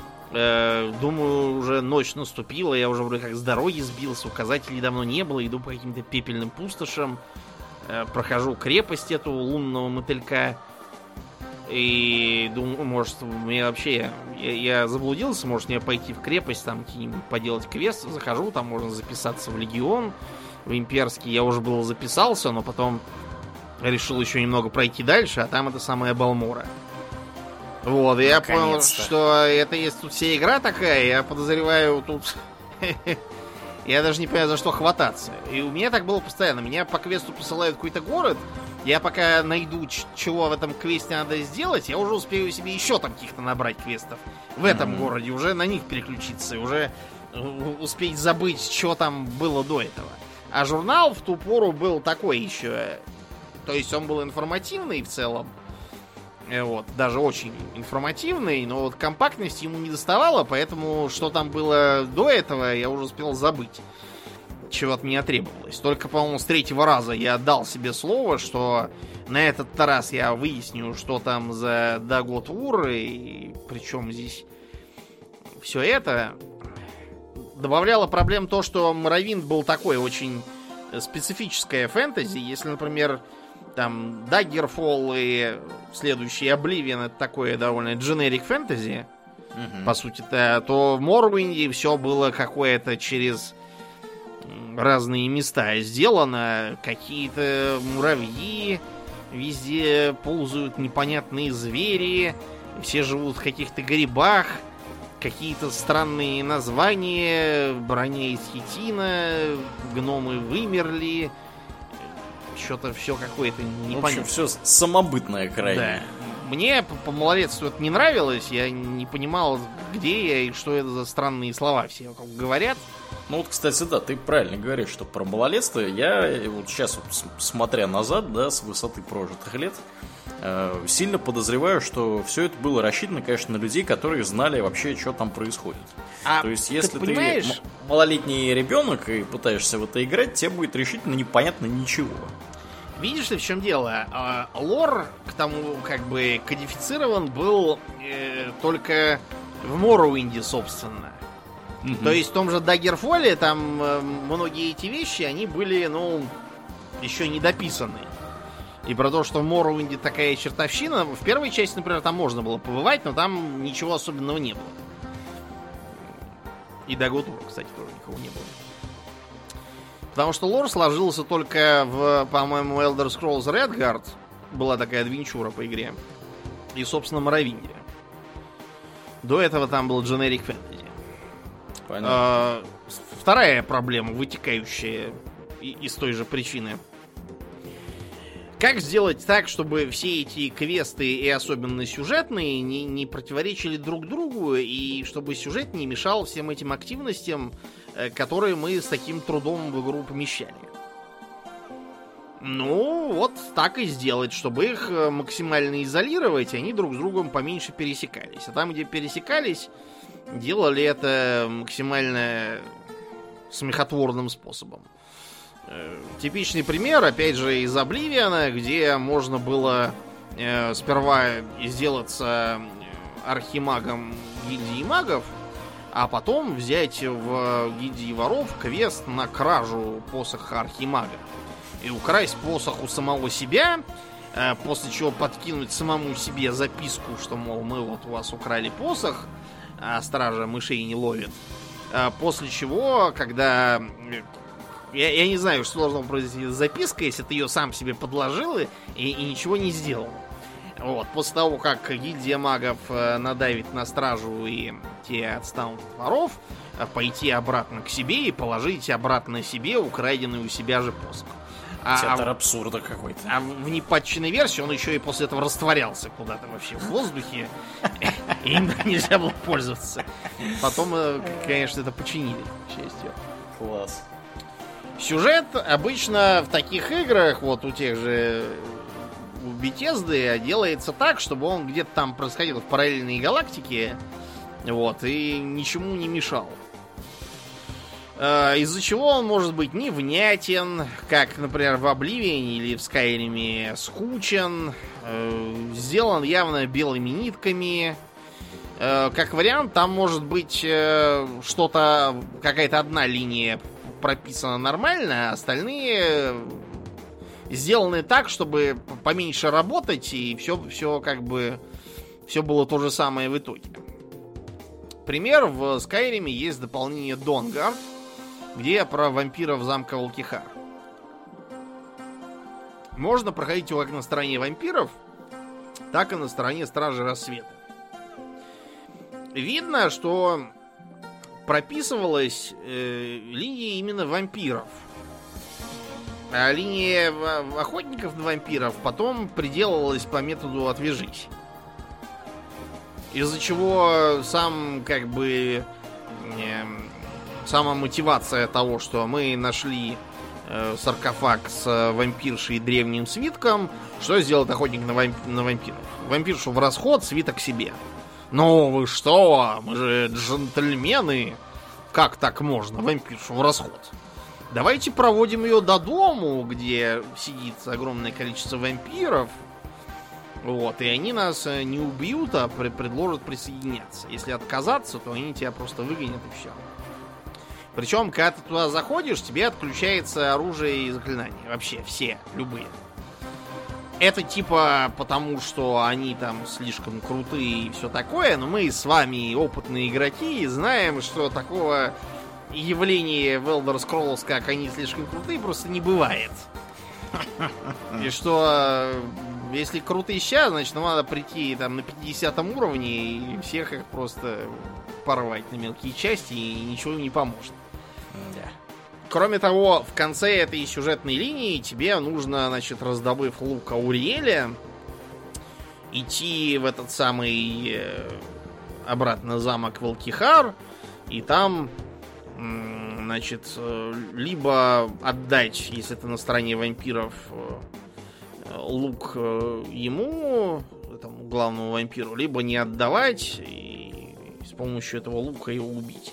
Думаю, уже ночь наступила, я уже вроде как с дороги сбился, указателей давно не было, иду по каким-то пепельным пустошам, прохожу крепость эту лунного мотылька и думаю, может, мне вообще, я, я заблудился, может мне пойти в крепость, там какие-нибудь поделать квест, захожу, там можно записаться в легион, в имперский, я уже был записался, но потом решил еще немного пройти дальше, а там это самая Балмора. Вот, и я понял, что это есть тут вся игра такая, я подозреваю тут... Я даже не понимаю, за что хвататься. И у меня так было постоянно. Меня по квесту посылают в какой-то город, я пока найду, чего в этом квесте надо сделать, я уже успею себе еще там каких-то набрать квестов в этом mm-hmm. городе, уже на них переключиться, уже успеть забыть, что там было до этого. А журнал в ту пору был такой еще. То есть он был информативный в целом. Вот, даже очень информативный, но вот компактности ему не доставало, поэтому что там было до этого, я уже успел забыть, чего от меня требовалось. Только, по-моему, с третьего раза я дал себе слово, что на этот раз я выясню, что там за Дагот Ур, и причем здесь все это. Добавляло проблем то, что Morrowind был такой очень специфическое фэнтези. Если, например, там Daggerfall и следующий Oblivion — это такое довольно generic фэнтези, mm-hmm. по сути-то, то в Morrowind все было какое-то через разные места сделано. Какие-то муравьи, везде ползают непонятные звери, все живут в каких-то грибах, какие-то странные названия, броня из хитина, гномы вымерли. Что-то все какое-то непонятное. В общем, все самобытное крайне. Да. Мне по, по малолетству это не нравилось. Я не понимал, где я и что это за странные слова все вокруг говорят. Ну вот, кстати, да, ты правильно говоришь, что про малолетство. Я вот сейчас, вот, смотря назад, да, с высоты прожитых лет, э, сильно подозреваю, что все это было рассчитано, конечно, на людей, которые знали вообще, что там происходит. А То есть, если ты, ты малолетний ребенок и пытаешься в это играть, тебе будет решительно непонятно ничего. Видишь ли, в чем дело? А, лор к тому, как бы, кодифицирован был э, только в Morrowind, собственно. Mm-hmm. То есть в том же Daggerfall там э, многие эти вещи, они были, ну, еще не дописаны. И про то, что в Моррowinде такая чертовщина. В первой части, например, там можно было побывать, но там ничего особенного не было. И до Готура, кстати, тоже никого не было. Потому что лор сложился только в, по-моему, Elder Scrolls Redguard. Была такая адвенчура по игре. И, собственно, Моровинде. До этого там был Generic Fantasy. Понятно. А, вторая проблема, вытекающая из той же причины. Как сделать так, чтобы все эти квесты, и особенно сюжетные, не, не противоречили друг другу, и чтобы сюжет не мешал всем этим активностям, которые мы с таким трудом в игру помещали? Ну, вот так и сделать, чтобы их максимально изолировать, и они друг с другом поменьше пересекались. А там, где пересекались, делали это максимально смехотворным способом. Типичный пример, опять же, из Обливиана, где можно было э, сперва сделаться архимагом гильдии магов, а потом взять в гильдии воров квест на кражу посоха архимага. И украсть посох у самого себя, э, после чего подкинуть самому себе записку, что, мол, мы вот у вас украли посох, а стража мышей не ловит. Э, после чего, когда... Я, я не знаю, что должно произойти с запиской, если ты ее сам себе подложил и, и ничего не сделал. Вот. После того, как гильдия магов э, надавит на стражу и те отстанут от воров, э, пойти обратно к себе и положить обратно себе украденный у себя же посох. А, Театр а, абсурда какой-то. А в непатченной версии он еще и после этого растворялся куда-то вообще в воздухе. И им нельзя было пользоваться. Потом, конечно, это починили, к счастью. Класс. Сюжет обычно в таких играх, вот у тех же у Bethesda, делается так, чтобы он где-то там происходил в параллельной галактике, вот, и ничему не мешал. Из-за чего он может быть невнятен, как, например, в Обливиане или в Скайриме, скучен, сделан явно белыми нитками. Как вариант, там может быть что-то, какая-то одна линия прописано нормально, а остальные сделаны так, чтобы поменьше работать, и все, все как бы все было то же самое в итоге. Пример: в Скайриме есть дополнение Dawnguard, где про вампиров замка Волкихар. Можно проходить его как на стороне вампиров, так и на стороне Стражи Рассвета. Видно, что прописывалась э, линия именно вампиров. А линия охотников на вампиров потом приделывалась по методу «отвяжись». Из-за чего сам, как бы, э, сама мотивация того, что мы нашли э, саркофаг с вампиршей и древним свитком, что сделает охотник на, вамп... на вампиров? Вампиршу в расход, свиток себе. Ну вы что, мы же джентльмены. Как так можно, вампиршу в расход? Давайте проводим ее до дому, где сидит огромное количество вампиров. Вот, и они нас не убьют, а предложат присоединяться. Если отказаться, то они тебя просто выгонят и все. Причем, когда ты туда заходишь, тебе отключается оружие и заклинания. Вообще, все, любые. Это типа потому, что они там слишком крутые и все такое, но мы с вами, опытные игроки, знаем, что такого явления в Elder Scrolls, как они слишком крутые, просто не бывает. И что если крутые сейчас, значит, надо прийти там на пятидесятом уровне и всех их просто порвать на мелкие части, и ничего им не поможет. Да. Кроме того, в конце этой сюжетной линии тебе нужно, значит, раздобыв лук Ауриэля, идти в этот самый э, обратно замок Волкихар, и там, э, значит, э, либо отдать, если ты на стороне вампиров, э, лук э, ему, этому главному вампиру, либо не отдавать и с помощью этого лука его убить.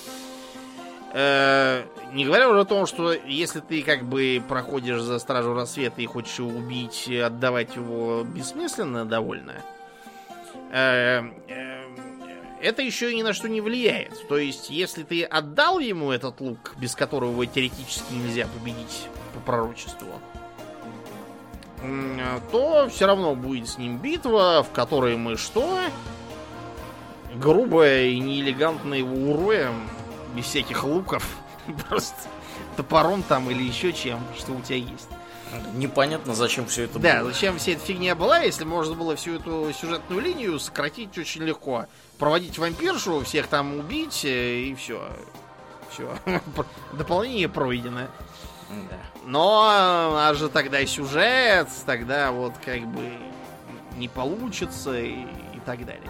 Не говоря уже о том, что если ты как бы проходишь за Стражу Рассвета и хочешь его убить, отдавать его бессмысленно довольно, это еще ни на что не влияет. То есть, если ты отдал ему этот лук, без которого его теоретически нельзя победить по пророчеству, то все равно будет с ним битва, в которой мы что? Грубо и неэлегантно его уроем, без всяких луков, просто топором там или еще чем, что у тебя есть. Непонятно, зачем все это да, было. Да, зачем вся эта фигня была, если можно было всю эту сюжетную линию сократить очень легко. Проводить вампиршу, всех там убить, и все. Все. Дополнение пройдено. Да. Но а же тогда сюжет, тогда вот как бы не получится и, и так далее.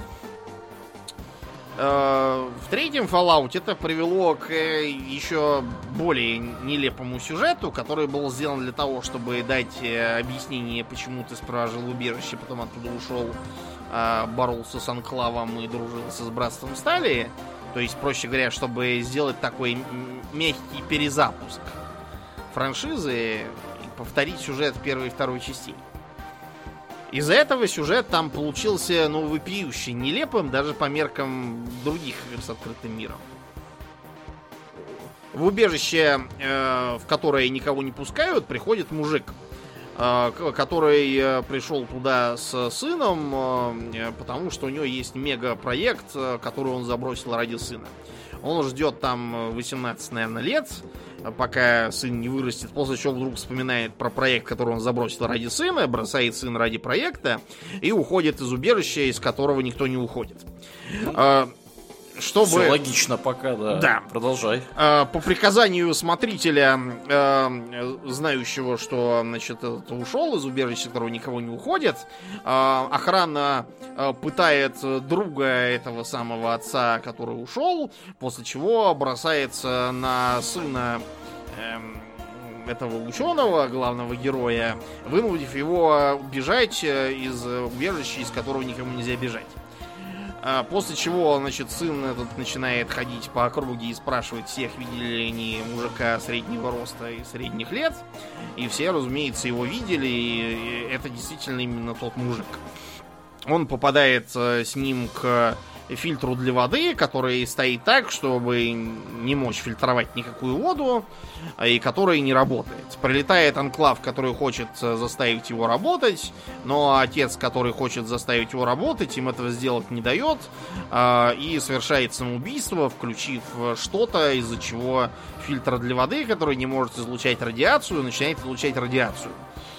В третьем Fallout это привело к еще более нелепому сюжету, который был сделан для того, чтобы дать объяснение, почему ты сперва жил в убежище, потом оттуда ушел, боролся с Анклавом и дружился с Братством Стали. То есть, проще говоря, чтобы сделать такой мягкий перезапуск франшизы и повторить сюжет первой и второй частей. Из-за этого сюжет там получился, ну, вопиюще нелепым, даже по меркам других игр с открытым миром. В убежище, э, в которое никого не пускают, приходит мужик, э, который э, пришел туда с сыном, э, потому что у него есть мегапроект, э, который он забросил ради сына. Он ждет там восемнадцать, наверное, лет, пока сын не вырастет, после чего вдруг вспоминает про проект, который он забросил ради сына, бросает сына ради проекта и уходит из убежища, из которого никто не уходит. Ну, чтобы... Все логично пока, да. Да. Продолжай. По приказанию смотрителя, знающего, что, значит, ушел из убежища, из которого никого не уходит, охрана пытает друга этого самого отца, который ушел, после чего бросается на сына этого ученого, главного героя, вынудив его бежать из убежища, из которого никому нельзя бежать. После чего, значит, сын этот начинает ходить по округе и спрашивать всех, видели ли они мужика среднего роста и средних лет. И все, разумеется, его видели, и это действительно именно тот мужик. Он попадает с ним к фильтру для воды, который стоит так, чтобы не мочь фильтровать никакую воду, и который не работает. Прилетает Анклав, который хочет заставить его работать, но отец, который хочет заставить его работать, им этого сделать не дает, и совершает самоубийство, включив что-то, из-за чего фильтр для воды, который не может излучать радиацию, начинает излучать радиацию.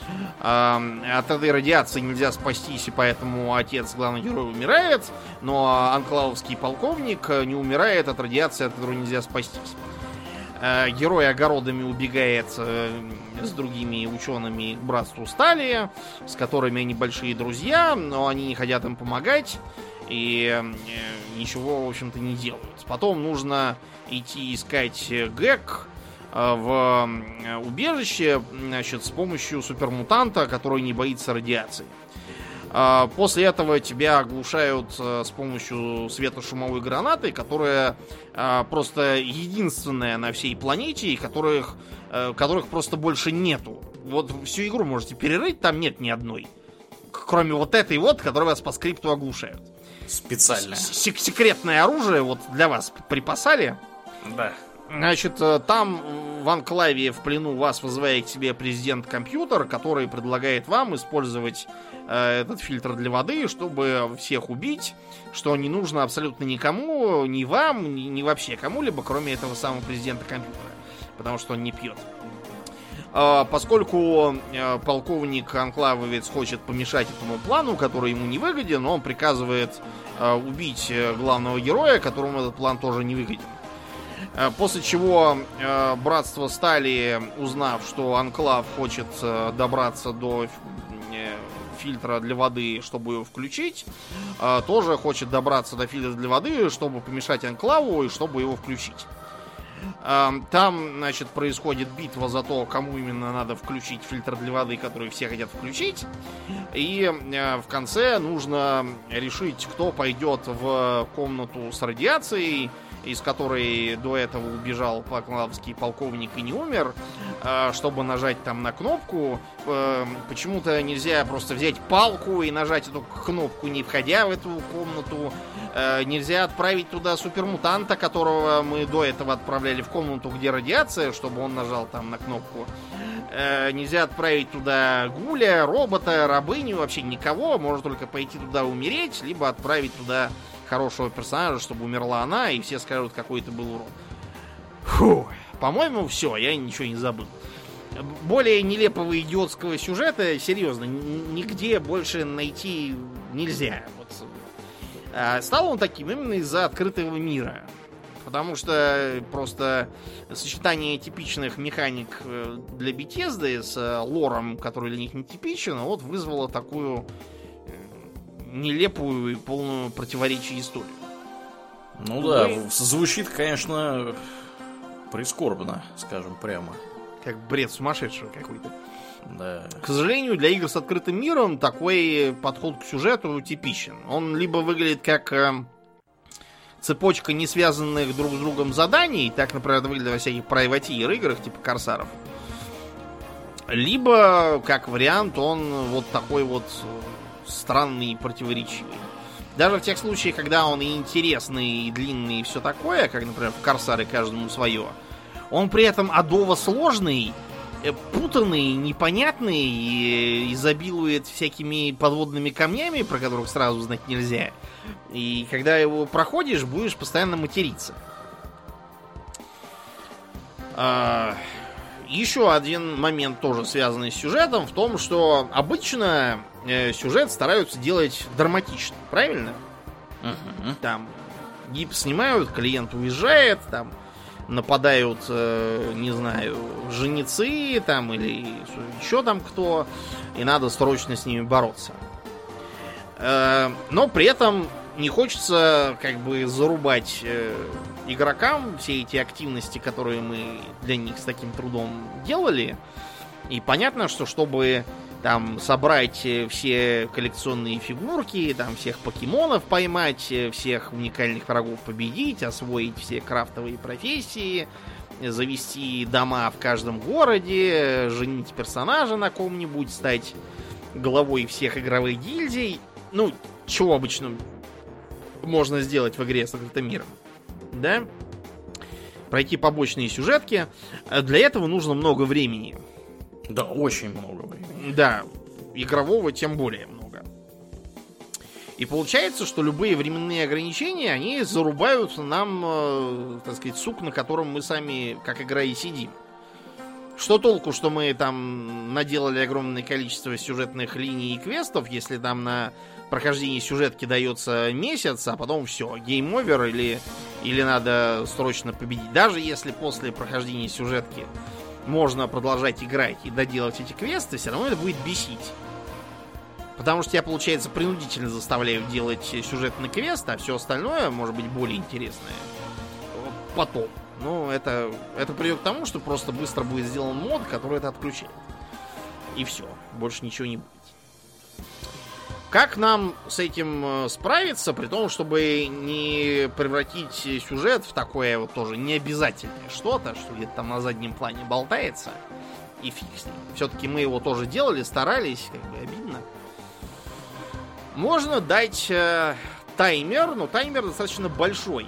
От этой радиации нельзя спастись, и поэтому отец главного героя умирает, но анклавовский полковник не умирает от радиации, от которой нельзя спастись. Герой огородами убегает с другими учеными к Братству Стали, с которыми они большие друзья, но они не хотят им помогать и ничего, в общем-то, не делают. Потом нужно идти искать Гэг в убежище, значит, с помощью супермутанта, который не боится радиации. После этого тебя оглушают с помощью светошумовой гранаты, которая просто единственная на всей планете, и которых, которых просто больше нету. Вот всю игру можете перерыть, там нет ни одной. Кроме вот этой вот, которая вас по скрипту оглушают. Специально. С- секретное оружие вот для вас припасали. Да. Значит, там в анклаве в плену вас вызывает к себе президент-компьютер, который предлагает вам использовать э, этот фильтр для воды, чтобы всех убить, что не нужно абсолютно никому, ни вам, ни, ни вообще кому-либо, кроме этого самого президента-компьютера, потому что он не пьет. Э, поскольку э, полковник анклавовец хочет помешать этому плану, который ему не выгоден, он приказывает э, убить главного героя, которому этот план тоже не выгоден. После чего э, Братство Стали, узнав, что Анклав хочет э, добраться до э, фильтра для воды, чтобы его включить, э, тоже хочет добраться до фильтра для воды, чтобы помешать Анклаву и чтобы его включить. Э, там, значит, происходит битва за то, кому именно надо включить фильтр для воды, который все хотят включить. И э, в конце нужно решить, кто пойдет в комнату с радиацией, из которой до этого убежал анклавский полковник и не умер, чтобы нажать там на кнопку. Почему-то нельзя просто взять палку и нажать эту кнопку, не входя в эту комнату. Нельзя отправить туда супермутанта, которого мы до этого отправляли в комнату, где радиация, чтобы он нажал там на кнопку. Э, нельзя отправить туда гуля, робота, рабыню, вообще никого. Можно только пойти туда умереть, либо отправить туда хорошего персонажа, чтобы умерла она, и все скажут, какой это был урод. Фу. По-моему, все, я ничего не забыл. Более нелепого идиотского сюжета, серьезно, нигде больше найти нельзя. Вот. А стал он таким именно из-за открытого мира. Потому что просто сочетание типичных механик для Bethesda с лором, который для них не типичен, вот вызвало такую нелепую и полную противоречия историю. Ну Увы. Да, звучит, конечно, прискорбно, скажем прямо. Как бред сумасшедшего какой-то. Да. К сожалению, для игр с открытым миром такой подход к сюжету типичен. Он либо выглядит как э, цепочка не связанных друг с другом заданий, так, например, это выглядит во всяких прайватир играх, типа Корсаров. Либо, как вариант, он вот такой вот странный и противоречивый. Даже в тех случаях, когда он и интересный, и длинный, и все такое, как, например, в Корсаре каждому свое, он при этом адово сложный, путанный, непонятный, и изобилует всякими подводными камнями, про которых сразу знать нельзя. И когда его проходишь, будешь постоянно материться. А, еще один момент, тоже связанный с сюжетом, в том, что обычно э, сюжет стараются делать драматично, правильно? Uh-huh. Там гипс снимают, клиент уезжает, там нападают, э, не знаю, женицы там или еще там кто, и надо срочно с ними бороться. Э, но при этом не хочется как бы зарубать э, игрокам все эти активности, которые мы для них с таким трудом делали. И понятно, что чтобы там собрать все коллекционные фигурки, там всех покемонов поймать, всех уникальных врагов победить, освоить все крафтовые профессии, завести дома в каждом городе, женить персонажа на ком-нибудь, стать главой всех игровых гильдий. Ну, чего обычно можно сделать в игре с открытым миром, да? Пройти побочные сюжетки. Для этого нужно много времени. Да, очень много времени. Да, игрового тем более много. И получается, что любые временные ограничения, они зарубают нам, э, так сказать, сук, на котором мы сами, как игра, и сидим. Что толку, что мы там наделали огромное количество сюжетных линий и квестов, если там на прохождение сюжетки дается месяц, а потом все, гейм-овер, или, или надо срочно победить. Даже если после прохождения сюжетки можно продолжать играть и доделать эти квесты, все равно это будет бесить. Потому что я, получается, принудительно заставляю делать сюжетный квест, а все остальное, может быть, более интересное потом. Ну, это, это приведет к тому, что просто быстро будет сделан мод, который это отключает. И все. Больше ничего не будет. Как нам с этим справиться, при том, чтобы не превратить сюжет в такое вот тоже необязательное что-то, что где-то там на заднем плане болтается, и фиг с ним. Все-таки мы его тоже делали, старались, как бы обидно. Можно дать э, таймер, но таймер достаточно большой.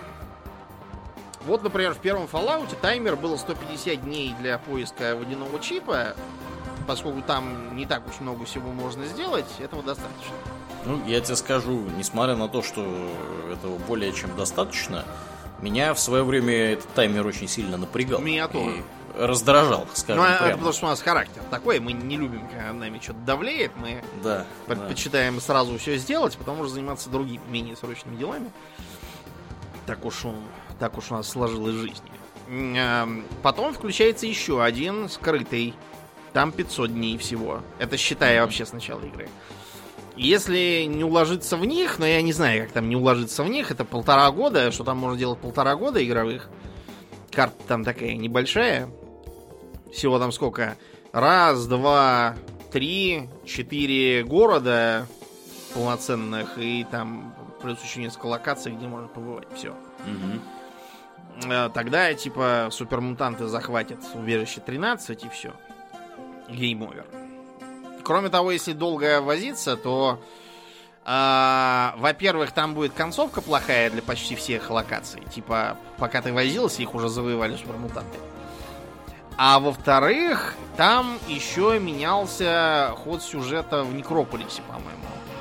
Вот, например, в первом Fallout таймер было сто пятьдесят дней для поиска водяного чипа. Поскольку там не так уж много всего можно сделать, этого достаточно. Ну, я тебе скажу, несмотря на то, что этого более чем достаточно, меня в свое время этот таймер очень сильно напрягал. Меня тоже. И раздражал, скажем ну, прямо. Это потому что у нас характер такой, мы не любим, когда нами что-то давлеет, мы да, предпочитаем да. сразу все сделать, потому что заниматься другими, менее срочными делами. Так уж, так уж у нас сложилась жизнь. Потом включается еще один скрытый. Там пятьсот дней всего. Это считая mm-hmm. вообще с начала игры. Если не уложиться в них, но я не знаю, как там не уложиться в них, это полтора года, что там можно делать полтора года игровых. Карта там такая небольшая. Всего там сколько? Раз, два, три, четыре города полноценных, и там плюс еще несколько локаций, где можно побывать. Все. Mm-hmm. Тогда, типа, супермутанты захватят убежище тринадцать, и все. Гейм-овер. Кроме того, если долго возиться, то, э, во-первых, там будет концовка плохая для почти всех локаций. Типа, пока ты возился, их уже завоевали супермутанты. А во-вторых, там еще менялся ход сюжета в Некрополисе, по-моему.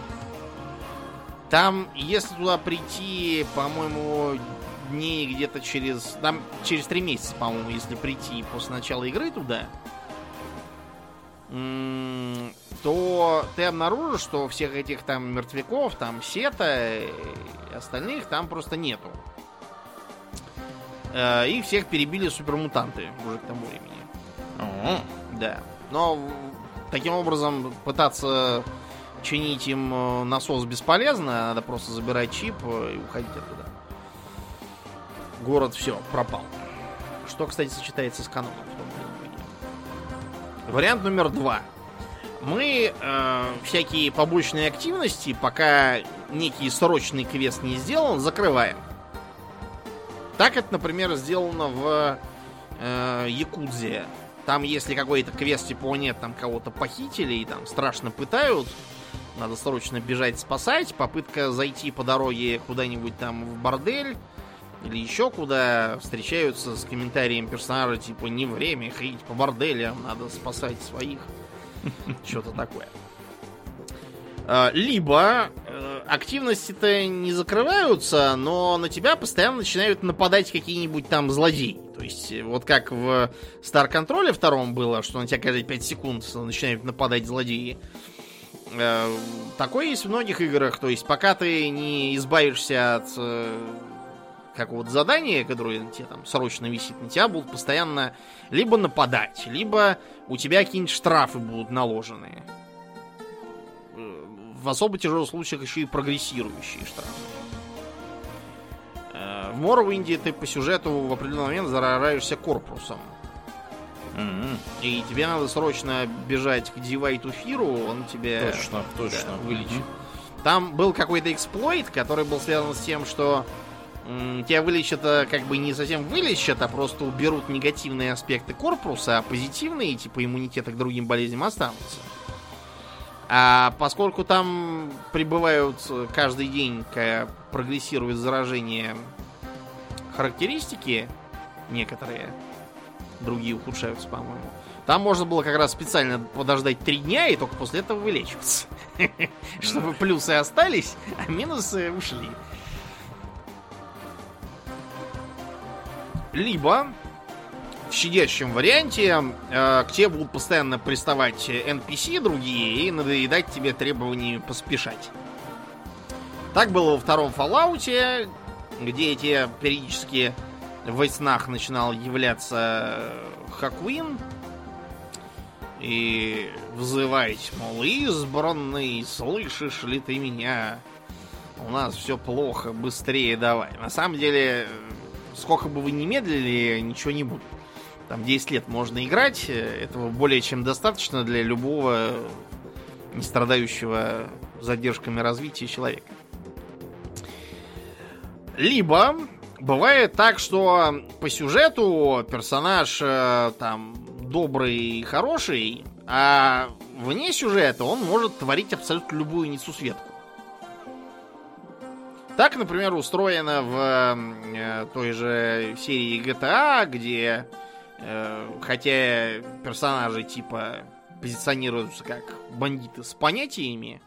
Там, если туда прийти, по-моему, дней где-то через... Там через три месяца, по-моему, если прийти после начала игры туда, то ты обнаружишь, что всех этих там мертвяков, там Сета и остальных там просто нету. Их всех перебили супермутанты уже к тому времени. О-о. Да. Но таким образом пытаться чинить им насос бесполезно, надо просто забирать чип и уходить оттуда. Город все, пропал. Что, кстати, сочетается с каноном в том времени. Вариант номер два. Мы э, всякие побочные активности, пока некий срочный квест не сделан, закрываем. Так это, например, сделано в э, Якудзе. Там, если какой-то квест типа «О, нет, там кого-то похитили и там страшно пытают», надо срочно бежать спасать. Попытка зайти по дороге куда-нибудь там в бордель или еще куда, встречаются с комментарием персонажа типа «Не время ходить по борделям, надо спасать своих». Что-то такое. Либо активности-то не закрываются, но на тебя постоянно начинают нападать какие-нибудь там злодеи. То есть, вот как в Star Control втором было, что на тебя каждые пять секунд начинают нападать злодеи. Такое есть в многих играх. То есть, пока ты не избавишься от какого-то задания, которое тебе там срочно висит, на тебя будут постоянно либо нападать, либо у тебя какие-нибудь штрафы будут наложены. В особо тяжелых случаях еще и прогрессирующие штрафы. В Моррowind'е ты по сюжету в определенный момент заражаешься корпусом. Mm-hmm. И тебе надо срочно бежать к Дивайту Фиру, он тебе точно, точно. Да, вылечит. Mm-hmm. Там был какой-то эксплойт, который был связан с тем, что м, тебя вылечат, как бы не совсем вылечат, а просто уберут негативные аспекты корпуса, а позитивные, типа иммунитета к другим болезням, останутся. А поскольку там прибывают каждый день, когда прогрессирует заражение, характеристики некоторые, другие ухудшаются, по-моему, там можно было как раз специально подождать три дня и только после этого вылечиваться. Чтобы плюсы остались, а минусы ушли. Либо в щадящем варианте э, к тебе будут постоянно приставать эн пи си другие и надоедать тебе требованиями поспешать. Так было во втором Fallout'е, где тебе периодически во снах начинал являться Хакуин и взывать, мол, избранный, слышишь ли ты меня? У нас все плохо, быстрее давай. На самом деле, сколько бы вы ни медлили, ничего не будет. Там десять лет можно играть, этого более чем достаточно для любого не страдающего задержками развития человека. Либо бывает так, что по сюжету персонаж там добрый и хороший, а вне сюжета он может творить абсолютно любую несусветку. Так, например, устроено в той же серии джи ти эй, где хотя персонажи типа позиционируются как бандиты с понятиями,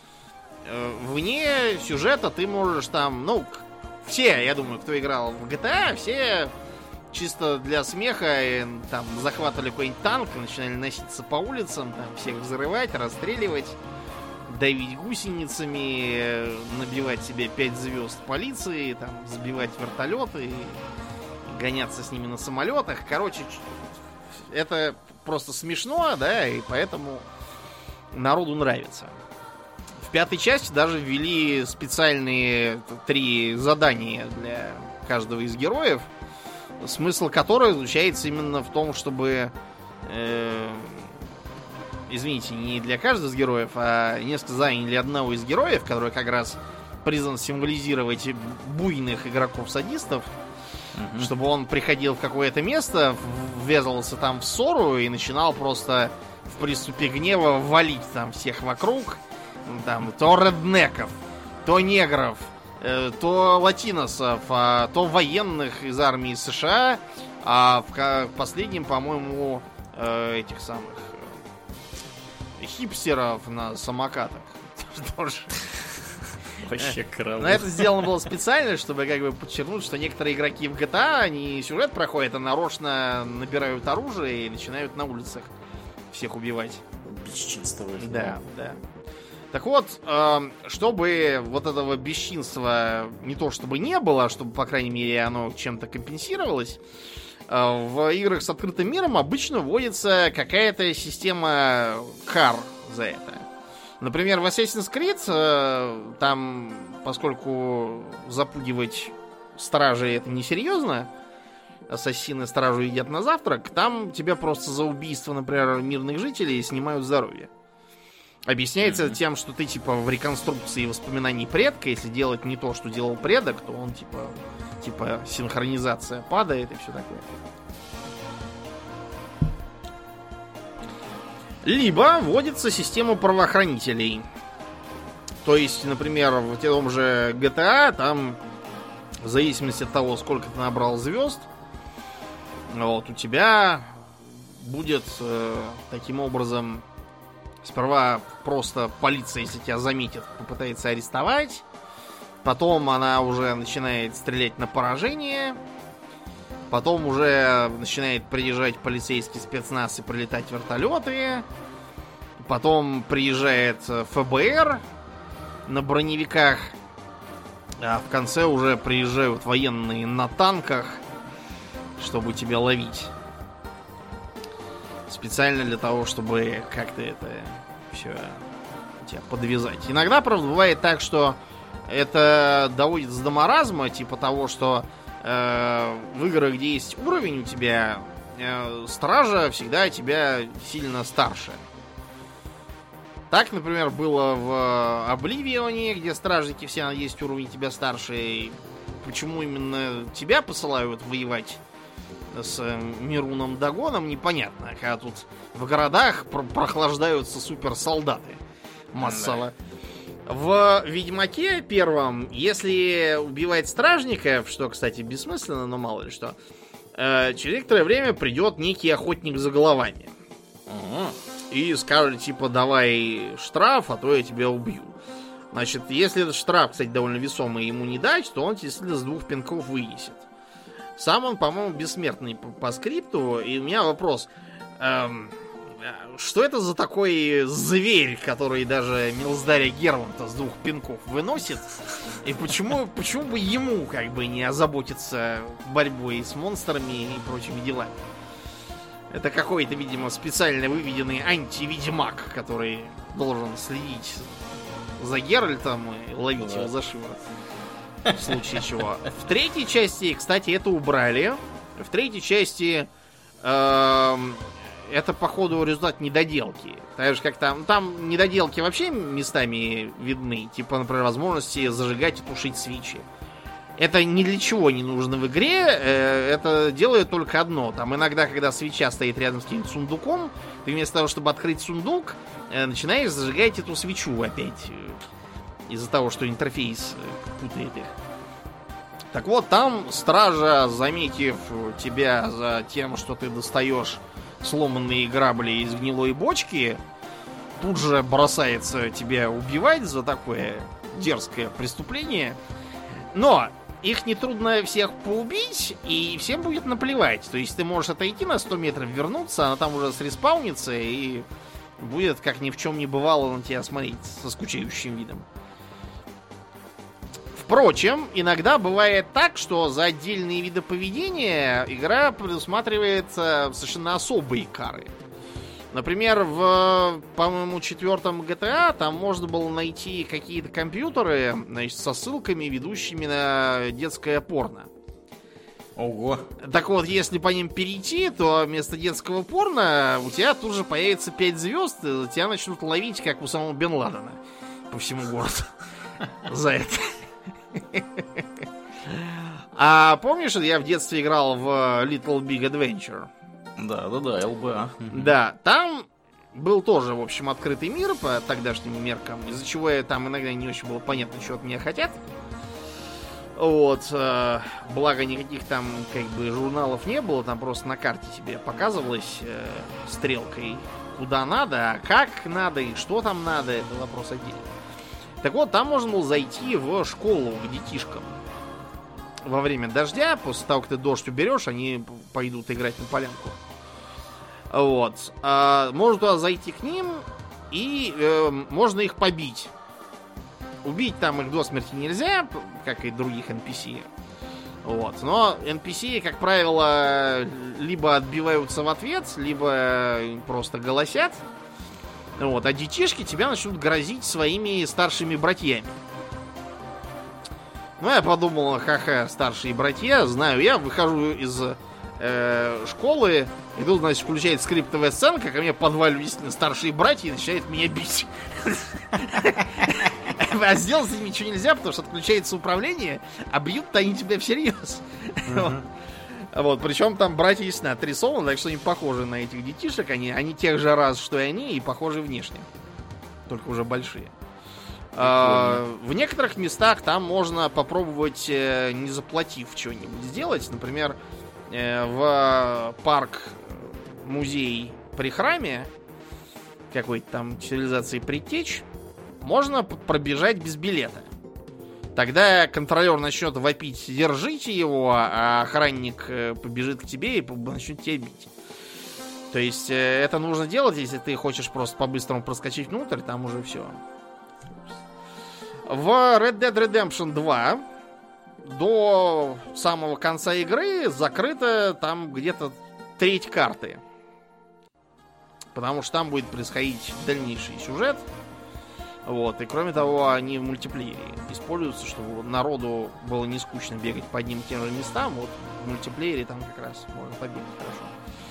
вне сюжета ты можешь там, ну, все, я думаю, кто играл в джи ти эй, все чисто для смеха там захватывали какой-нибудь танк и начинали носиться по улицам, там всех взрывать, расстреливать, давить гусеницами, набивать себе пять звезд полиции, там сбивать вертолеты, гоняться с ними на самолетах. Короче, это просто смешно, да, и поэтому народу нравится. В пятой части даже ввели специальные три задания для каждого из героев, смысл которых заключается именно в том, чтобы э, извините, не для каждого из героев, а несколько заданий для одного из героев, который как раз призван символизировать буйных игроков-садистов, mm-hmm. чтобы он приходил в какое-то место, ввязывался там в ссору и начинал просто в приступе гнева валить там всех вокруг, там, то реднеков, то негров, э, то латиносов, а, то военных из армии США, А в, в последнем, по-моему, э, этих самых э, хипстеров на самокатах. Тоже. Вообще кровавый. Но это сделано было специально, чтобы как бы подчеркнуть, что некоторые игроки в джи ти эй, они сюжет проходят, а нарочно набирают оружие и начинают на улицах всех убивать. Бесчинствовать. Да, да. Так вот, э, чтобы вот этого бесчинства не то чтобы не было, чтобы, по крайней мере, оно чем-то компенсировалось, э, в играх с открытым миром обычно вводится какая-то система кар за это. Например, в Assassin's Creed, э, там, поскольку запугивать стражей это несерьезно, ассасины стражу едят на завтрак, там тебя просто за убийство, например, мирных жителей снимают здоровье. Объясняется mm-hmm. тем, что ты, типа, в реконструкции воспоминаний предка, если делать не то, что делал предок, то он, типа, типа синхронизация падает и все такое. Либо вводится система правоохранителей. То есть, например, в том же джи ти эй, там, в зависимости от того, сколько ты набрал звезд, вот, у тебя будет э, таким образом... Сперва просто полиция, если тебя заметит, попытается арестовать. Потом она уже начинает стрелять на поражение. Потом уже начинает приезжать полицейский спецназ и прилетать вертолеты. Потом приезжает эф бэ эр на броневиках. А в конце уже приезжают военные на танках, чтобы тебя ловить. Специально для того, чтобы как-то это все тебя подвязать. Иногда, правда, бывает так, что это доводит до маразма, типа того, что э, в играх, где есть уровень у тебя, э, стража всегда тебя сильно старше. Так, например, было в Обливионе, где стражники все на десять уровней тебя старше. И почему именно тебя посылают воевать с Мируном Дагоном, непонятно. Когда тут в городах про- прохлаждаются суперсолдаты массово. Да. В Ведьмаке первом, если убивать стражников, что, кстати, бессмысленно, но мало ли что, э, через некоторое время придет некий охотник за головами. Угу. И скажет, типа, давай штраф, а то я тебя убью. Значит, если этот штраф, кстати, довольно весомый, ему не дать, то он действительно с двух пинков вынесет. Сам он, по-моему, бессмертный по, по скрипту. И у меня вопрос. Эм, что это за такой зверь, который даже Милздаря Герванта с двух пинков выносит? И почему, почему бы ему как бы не озаботиться борьбой с монстрами и прочими делами? Это какой-то, видимо, специально выведенный анти-ведьмак, который должен следить за Геральтом и ловить да. его за шиворот. В случае чего. В третьей части, кстати, это убрали. В третьей части э, это, походу, результат недоделки. Так же, как там, там недоделки вообще местами видны. Типа, например, возможности зажигать и тушить свечи. Это ни для чего не нужно в игре. Э, это делает только одно. Там иногда, когда свеча стоит рядом с каким-то сундуком, ты вместо того, чтобы открыть сундук, э, начинаешь зажигать эту свечу опять. Из-за того, что интерфейс путает их. Так вот, там стража, заметив тебя за тем, что ты достаешь сломанные грабли из гнилой бочки, тут же бросается тебя убивать за такое дерзкое преступление. Но их нетрудно всех поубить, и всем будет наплевать. То есть ты можешь отойти на сто метров, вернуться, она там уже среспаунится, и будет, как ни в чем не бывало, на тебя смотреть со скучающим видом. Впрочем, иногда бывает так, что за отдельные виды поведения игра предусматривает совершенно особые кары. Например, в, по-моему, четвертом джи ти эй там можно было найти какие-то компьютеры, значит, со ссылками, ведущими на детское порно. Ого. Так вот, если по ним перейти, то вместо детского порно у тебя тут же появится пять звезд, и тебя начнут ловить, как у самого Бен Ладена по всему городу за это. А помнишь, я в детстве играл в Little Big Adventure? Да, да, да, эл бэ а. Да, там был тоже, в общем, открытый мир по тогдашним меркам, из-за чего я там иногда не очень было понятно, что от меня хотят. Вот, э, благо никаких там как бы журналов не было, там просто на карте тебе показывалось э, стрелкой, куда надо, а как надо и что там надо, это вопрос отдельный. Так вот, там можно было зайти в школу к детишкам во время дождя. После того, как ты дождь уберешь, они пойдут играть на полянку. Вот. А, можно туда зайти к ним, и э, можно их побить. Убить там их до смерти нельзя, как и других эн пи си. Вот. Но эн пи си, как правило, либо отбиваются в ответ, либо просто голосят. Вот. А детишки тебя начнут грозить своими старшими братьями. Ну, я подумал, ха-ха, старшие братья, знаю я, выхожу из э, школы, и тут, значит, включается скриптовая сценка, ко мне подваливаются старшие братья и начинают меня бить. А сделать с ними ничего нельзя, потому что отключается управление, а бьют-то они тебя всерьез. Uh-huh. Вот, причем там братья, естественно, отрисованы, так что они похожи на этих детишек, они, они тех же раз, что и они, и похожи внешне. Только уже большие. А, в некоторых местах там можно попробовать, не заплатив, что-нибудь сделать. Например, в парк-музей при храме какой-то там цивилизации Предтеч можно пробежать без билета. Тогда контролер начнет вопить: держите его, а охранник побежит к тебе и начнет тебя бить. То есть это нужно делать, если ты хочешь просто по-быстрому проскочить внутрь, там уже все. В Red Dead Redemption два до самого конца игры закрыта там где-то треть карты. Потому что там будет происходить дальнейший сюжет. Вот, и кроме того, они в мультиплеере используются, чтобы народу было не скучно бегать по одним и тем же местам. Вот в мультиплеере там как раз можно побегать хорошо.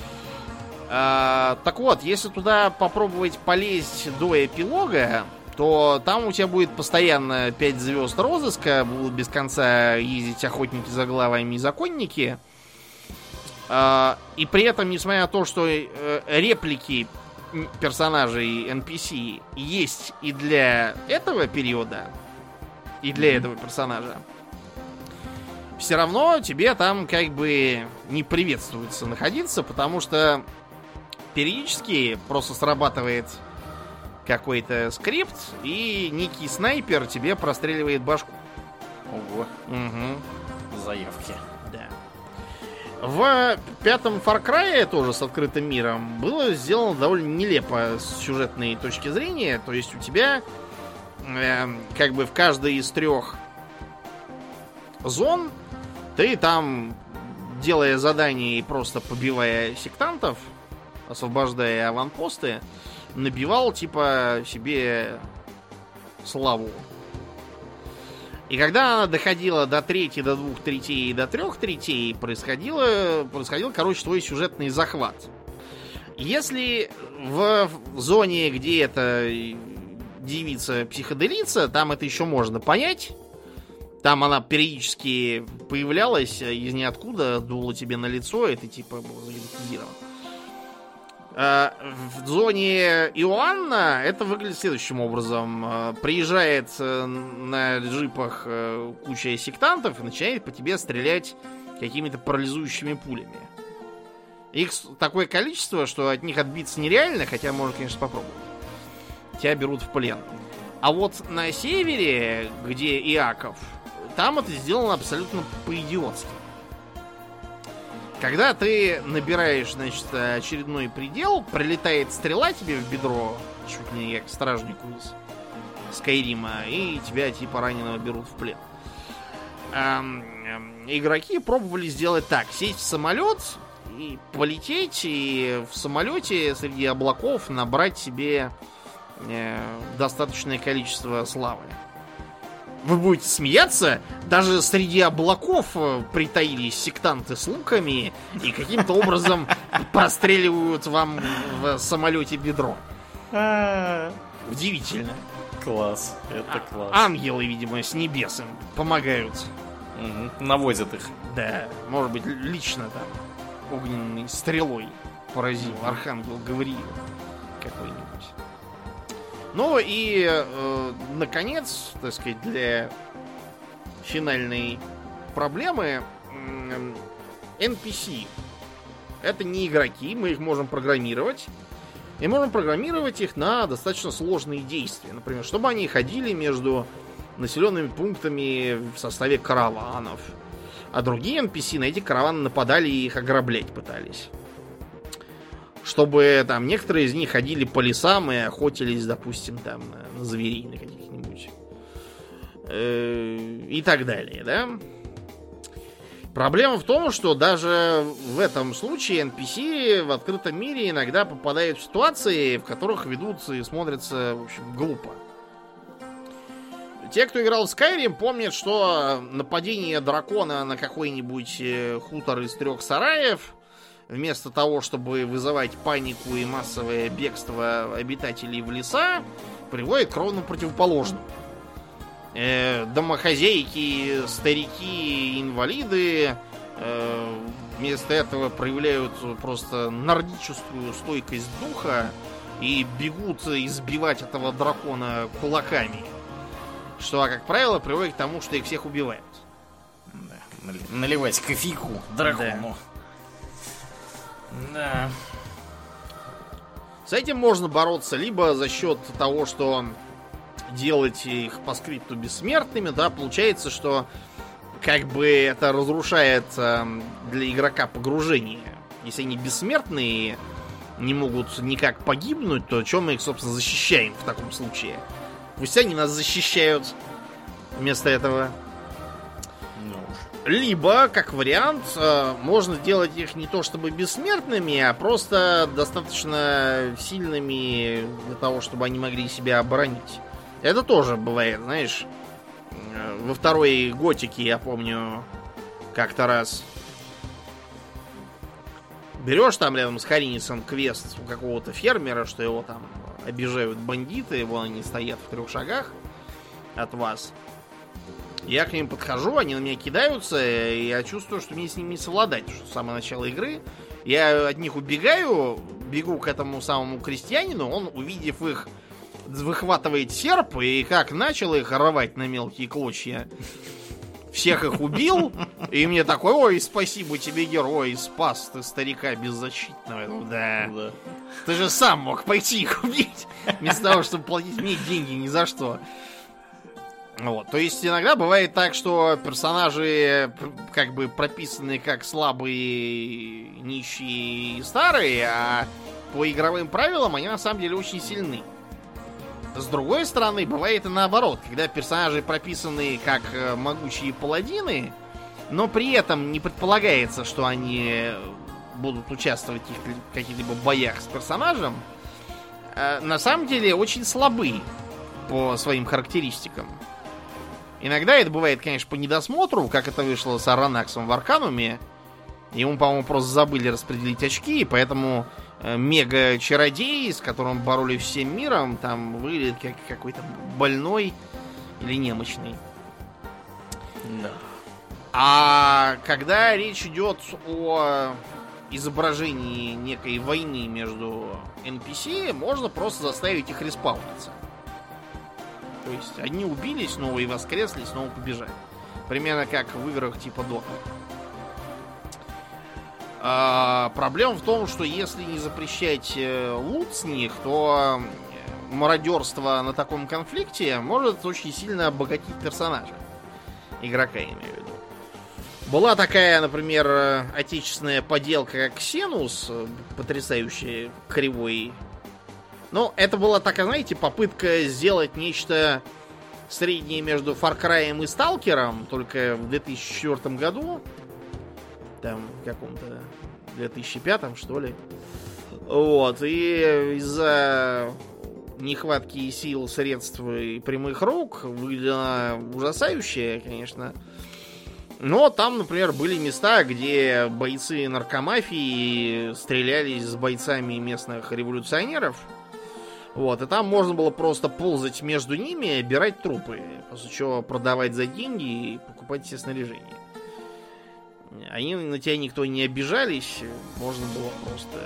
А, так вот, если туда попробовать полезть до эпилога, то там у тебя будет постоянно пять звезд розыска, будут без конца ездить охотники за главами и законники. А, и при этом, несмотря на то, что э, реплики персонажей эн пи си есть и для этого периода, и для mm-hmm. этого персонажа, все равно тебе там как бы не приветствуется находиться, потому что периодически просто срабатывает какой-то скрипт, и некий снайпер тебе простреливает башку. Ого. Угу. Заявки. Да. В пятом Far Cry, тоже с открытым миром, было сделано довольно нелепо с сюжетной точки зрения. То есть у тебя э, как бы в каждой из трех зон ты там, делая задания и просто побивая сектантов, освобождая аванпосты, набивал типа себе славу. И когда она доходила до трети, до двух третей и до трех третей, происходило, происходил, короче, твой сюжетный захват. Если в зоне, где эта девица психоделица, там это еще можно понять. Там она периодически появлялась из ниоткуда, дула тебе на лицо, и ты типа был загипнотизирован. В зоне Иоанна это выглядит следующим образом. Приезжает на джипах куча сектантов и начинает по тебе стрелять какими-то парализующими пулями. Их такое количество, что от них отбиться нереально, хотя можно, конечно, попробовать. Тебя берут в плен. А вот на севере, где Иаков, там это сделано абсолютно по-идиотски. Когда ты набираешь, значит, очередной предел, прилетает стрела тебе в бедро, чуть ли не как стражнику из Скайрима, и тебя типа раненого берут в плен. Эм, эм, игроки пробовали сделать так: сесть в самолет и полететь, и в самолете среди облаков набрать себе э, достаточное количество славы. Вы будете смеяться, даже среди облаков притаились сектанты с луками и каким-то образом простреливают вам в самолете бедро. Удивительно. Класс, это класс. Ангелы, видимо, с небес им помогают. Угу. Наводят их. Да, может быть, лично там огненной стрелой поразил архангел Гавриил какой-нибудь. Ну и, э, наконец, так сказать, для финальной проблемы. эн пи си это не игроки, мы их можем программировать. И можем программировать их на достаточно сложные действия. Например, чтобы они ходили между населенными пунктами в составе караванов. А другие эн пи си на эти караваны нападали и их ограблять пытались. Чтобы там некоторые из них ходили по лесам и охотились, допустим, там на зверей на каких-нибудь. И так далее, да? Проблема в том, что даже в этом случае эн пи си в открытом мире иногда попадают в ситуации, в которых ведут и смотрятся, в общем, глупо. Те, кто играл в Skyrim, помнят, что нападение дракона на какой-нибудь хутор из трех сараев, вместо того, чтобы вызывать панику и массовое бегство обитателей в леса, приводит к ровно противоположному. Э, домохозяйки, старики, инвалиды э, вместо этого проявляют просто нордическую стойкость духа и бегут избивать этого дракона кулаками. Что, как правило, приводит к тому, что их всех убивают. Да, наливать кофейку дракону. Да. С этим можно бороться либо за счет того, что делать их по скрипту бессмертными, да, получается, что как бы это разрушает э, для игрока погружение. Если они бессмертные, не могут никак погибнуть, то чем мы их, собственно, защищаем в таком случае? Пусть они нас защищают вместо этого. Либо, как вариант, э, можно сделать их не то чтобы бессмертными, а просто достаточно сильными для того, чтобы они могли себя оборонить. Это тоже бывает, знаешь. Во второй готике, я помню, как-то раз берешь там рядом с Харинисом квест у какого-то фермера, что его там обижают бандиты, вон они стоят в трех шагах от вас. Я к ним подхожу, они на меня кидаются, и я чувствую, что мне с ними не совладать. Что с самого начала игры я от них убегаю, бегу к этому самому крестьянину, он, увидев их, выхватывает серп и как начал их рвать на мелкие клочья. Всех их убил, и мне такой: ой, спасибо тебе, герой, спас ты старика беззащитного. Да. да. Ты же сам мог пойти их убить, вместо того, чтобы платить мне деньги ни за что. Вот. То есть иногда бывает так, что персонажи как бы прописаны как слабые, нищие и старые, а по игровым правилам они на самом деле очень сильны. С другой стороны, бывает и наоборот, когда персонажи прописаны как могучие паладины, но при этом не предполагается, что они будут участвовать в каких-либо боях с персонажем, на самом деле очень слабы по своим характеристикам. Иногда это бывает, конечно, по недосмотру, как это вышло с Аронаксом в Аркануме. Ему, по-моему, просто забыли распределить очки, и поэтому мега-чародей, с которым боролись всем миром, там выглядит как какой-то больной или немощный. Да. А когда речь идет о изображении некой войны между эн пи си, можно просто заставить их респауниться. То есть одни убились, новые воскресли, снова побежали. Примерно как в играх типа Дота. А, проблема в том, что если не запрещать лут с них, то мародерство на таком конфликте может очень сильно обогатить персонажа. Игрока, я имею в виду. Была такая, например, отечественная поделка, как Ксенус, потрясающий кривой. Но это была такая, знаете, попытка сделать нечто среднее между Far Cry и Сталкером, только в две тысячи четвёртом году. Там, в каком-то две тысячи пятом, что ли. Вот. И из-за нехватки сил, средств и прямых рук выглядело ужасающе, конечно. Но там, например, были места, где бойцы наркомафии стрелялись с бойцами местных революционеров. Вот, и там можно было просто ползать между ними и обирать трупы, после чего продавать за деньги и покупать все снаряжения. Они на тебя никто не обижались, можно было просто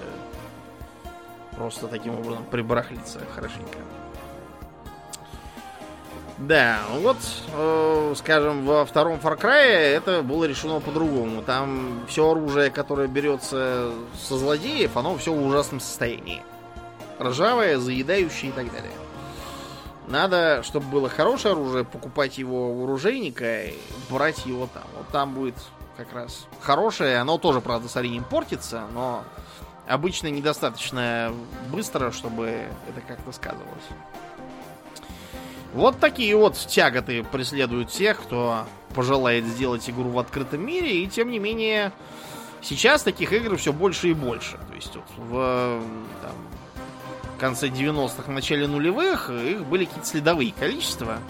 просто таким образом прибарахлиться хорошенько. Да, вот, э, скажем, во втором Far Cry это было решено по-другому. Там все оружие, которое берется со злодеев, оно все в ужасном состоянии. Ржавое, заедающее и так далее. Надо, чтобы было хорошее оружие, покупать его у оружейника и брать его там. Вот там будет как раз хорошее. Оно тоже, правда, со временем портится, но обычно недостаточно быстро, чтобы это как-то сказывалось. Вот такие вот тяготы преследуют тех, кто пожелает сделать игру в открытом мире, и тем не менее сейчас таких игр все больше и больше. То есть вот в там, конце девяностых, в начале нулевых их были какие-то следовые количества,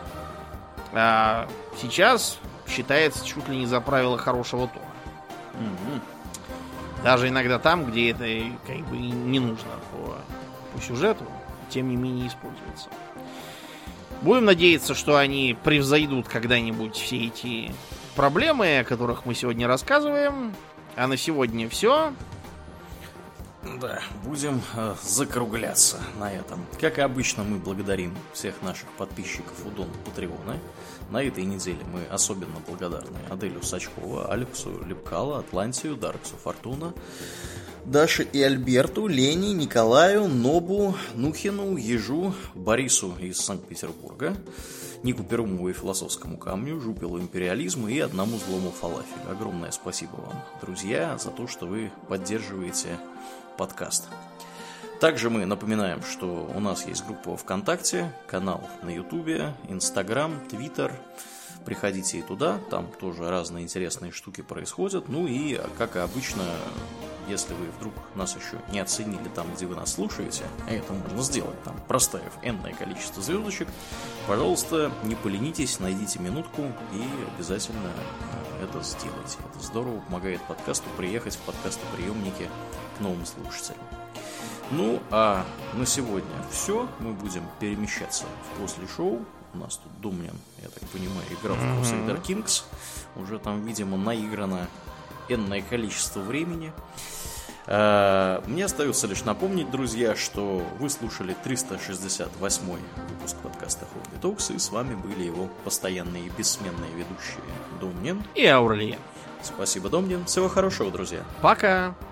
а сейчас считается чуть ли не за правило хорошего тона. Mm-hmm. Даже иногда там, где это как бы не нужно по, по сюжету, тем не менее используется. Будем надеяться, что они превзойдут когда-нибудь все эти проблемы, о которых мы сегодня рассказываем. А на сегодня все. Да, будем э, закругляться на этом. Как и обычно, мы благодарим всех наших подписчиков у Дона Патреона. На этой неделе мы особенно благодарны Аделю Сачкова, Алексу Лепкало, Атлантию, Дарксу Фортуна, Даше и Альберту, Лене, Николаю, Нобу, Нухину, Ежу, Борису из Санкт-Петербурга, Нику Перумову и Философскому камню, Жупилу Империализму и одному злому фалафелю. Огромное спасибо вам, друзья, за то, что вы поддерживаете подкаст. Также мы напоминаем, что у нас есть группа ВКонтакте, канал на Ютубе, Инстаграм, Твиттер. Приходите и туда, там тоже разные интересные штуки происходят. Ну и, как и обычно, если вы вдруг нас еще не оценили там, где вы нас слушаете, а это можно сделать, там, проставив энное количество звездочек, пожалуйста, не поленитесь, найдите минутку и обязательно это сделайте. Это здорово помогает подкасту приехать в подкастоприемники к новым слушателям. Ну, а на сегодня все. Мы будем перемещаться в после шоу. У нас тут Домнин, я так понимаю, играл в Crusader Kings. Уже там, видимо, наиграно энное количество времени. Мне остается лишь напомнить, друзья, что вы слушали триста шестьдесят восьмой выпуск подкаста Hobby Talks, и с вами были его постоянные и бессменные ведущие Домнин и Аурелия. Спасибо, Домнин. Всего хорошего, друзья. Пока.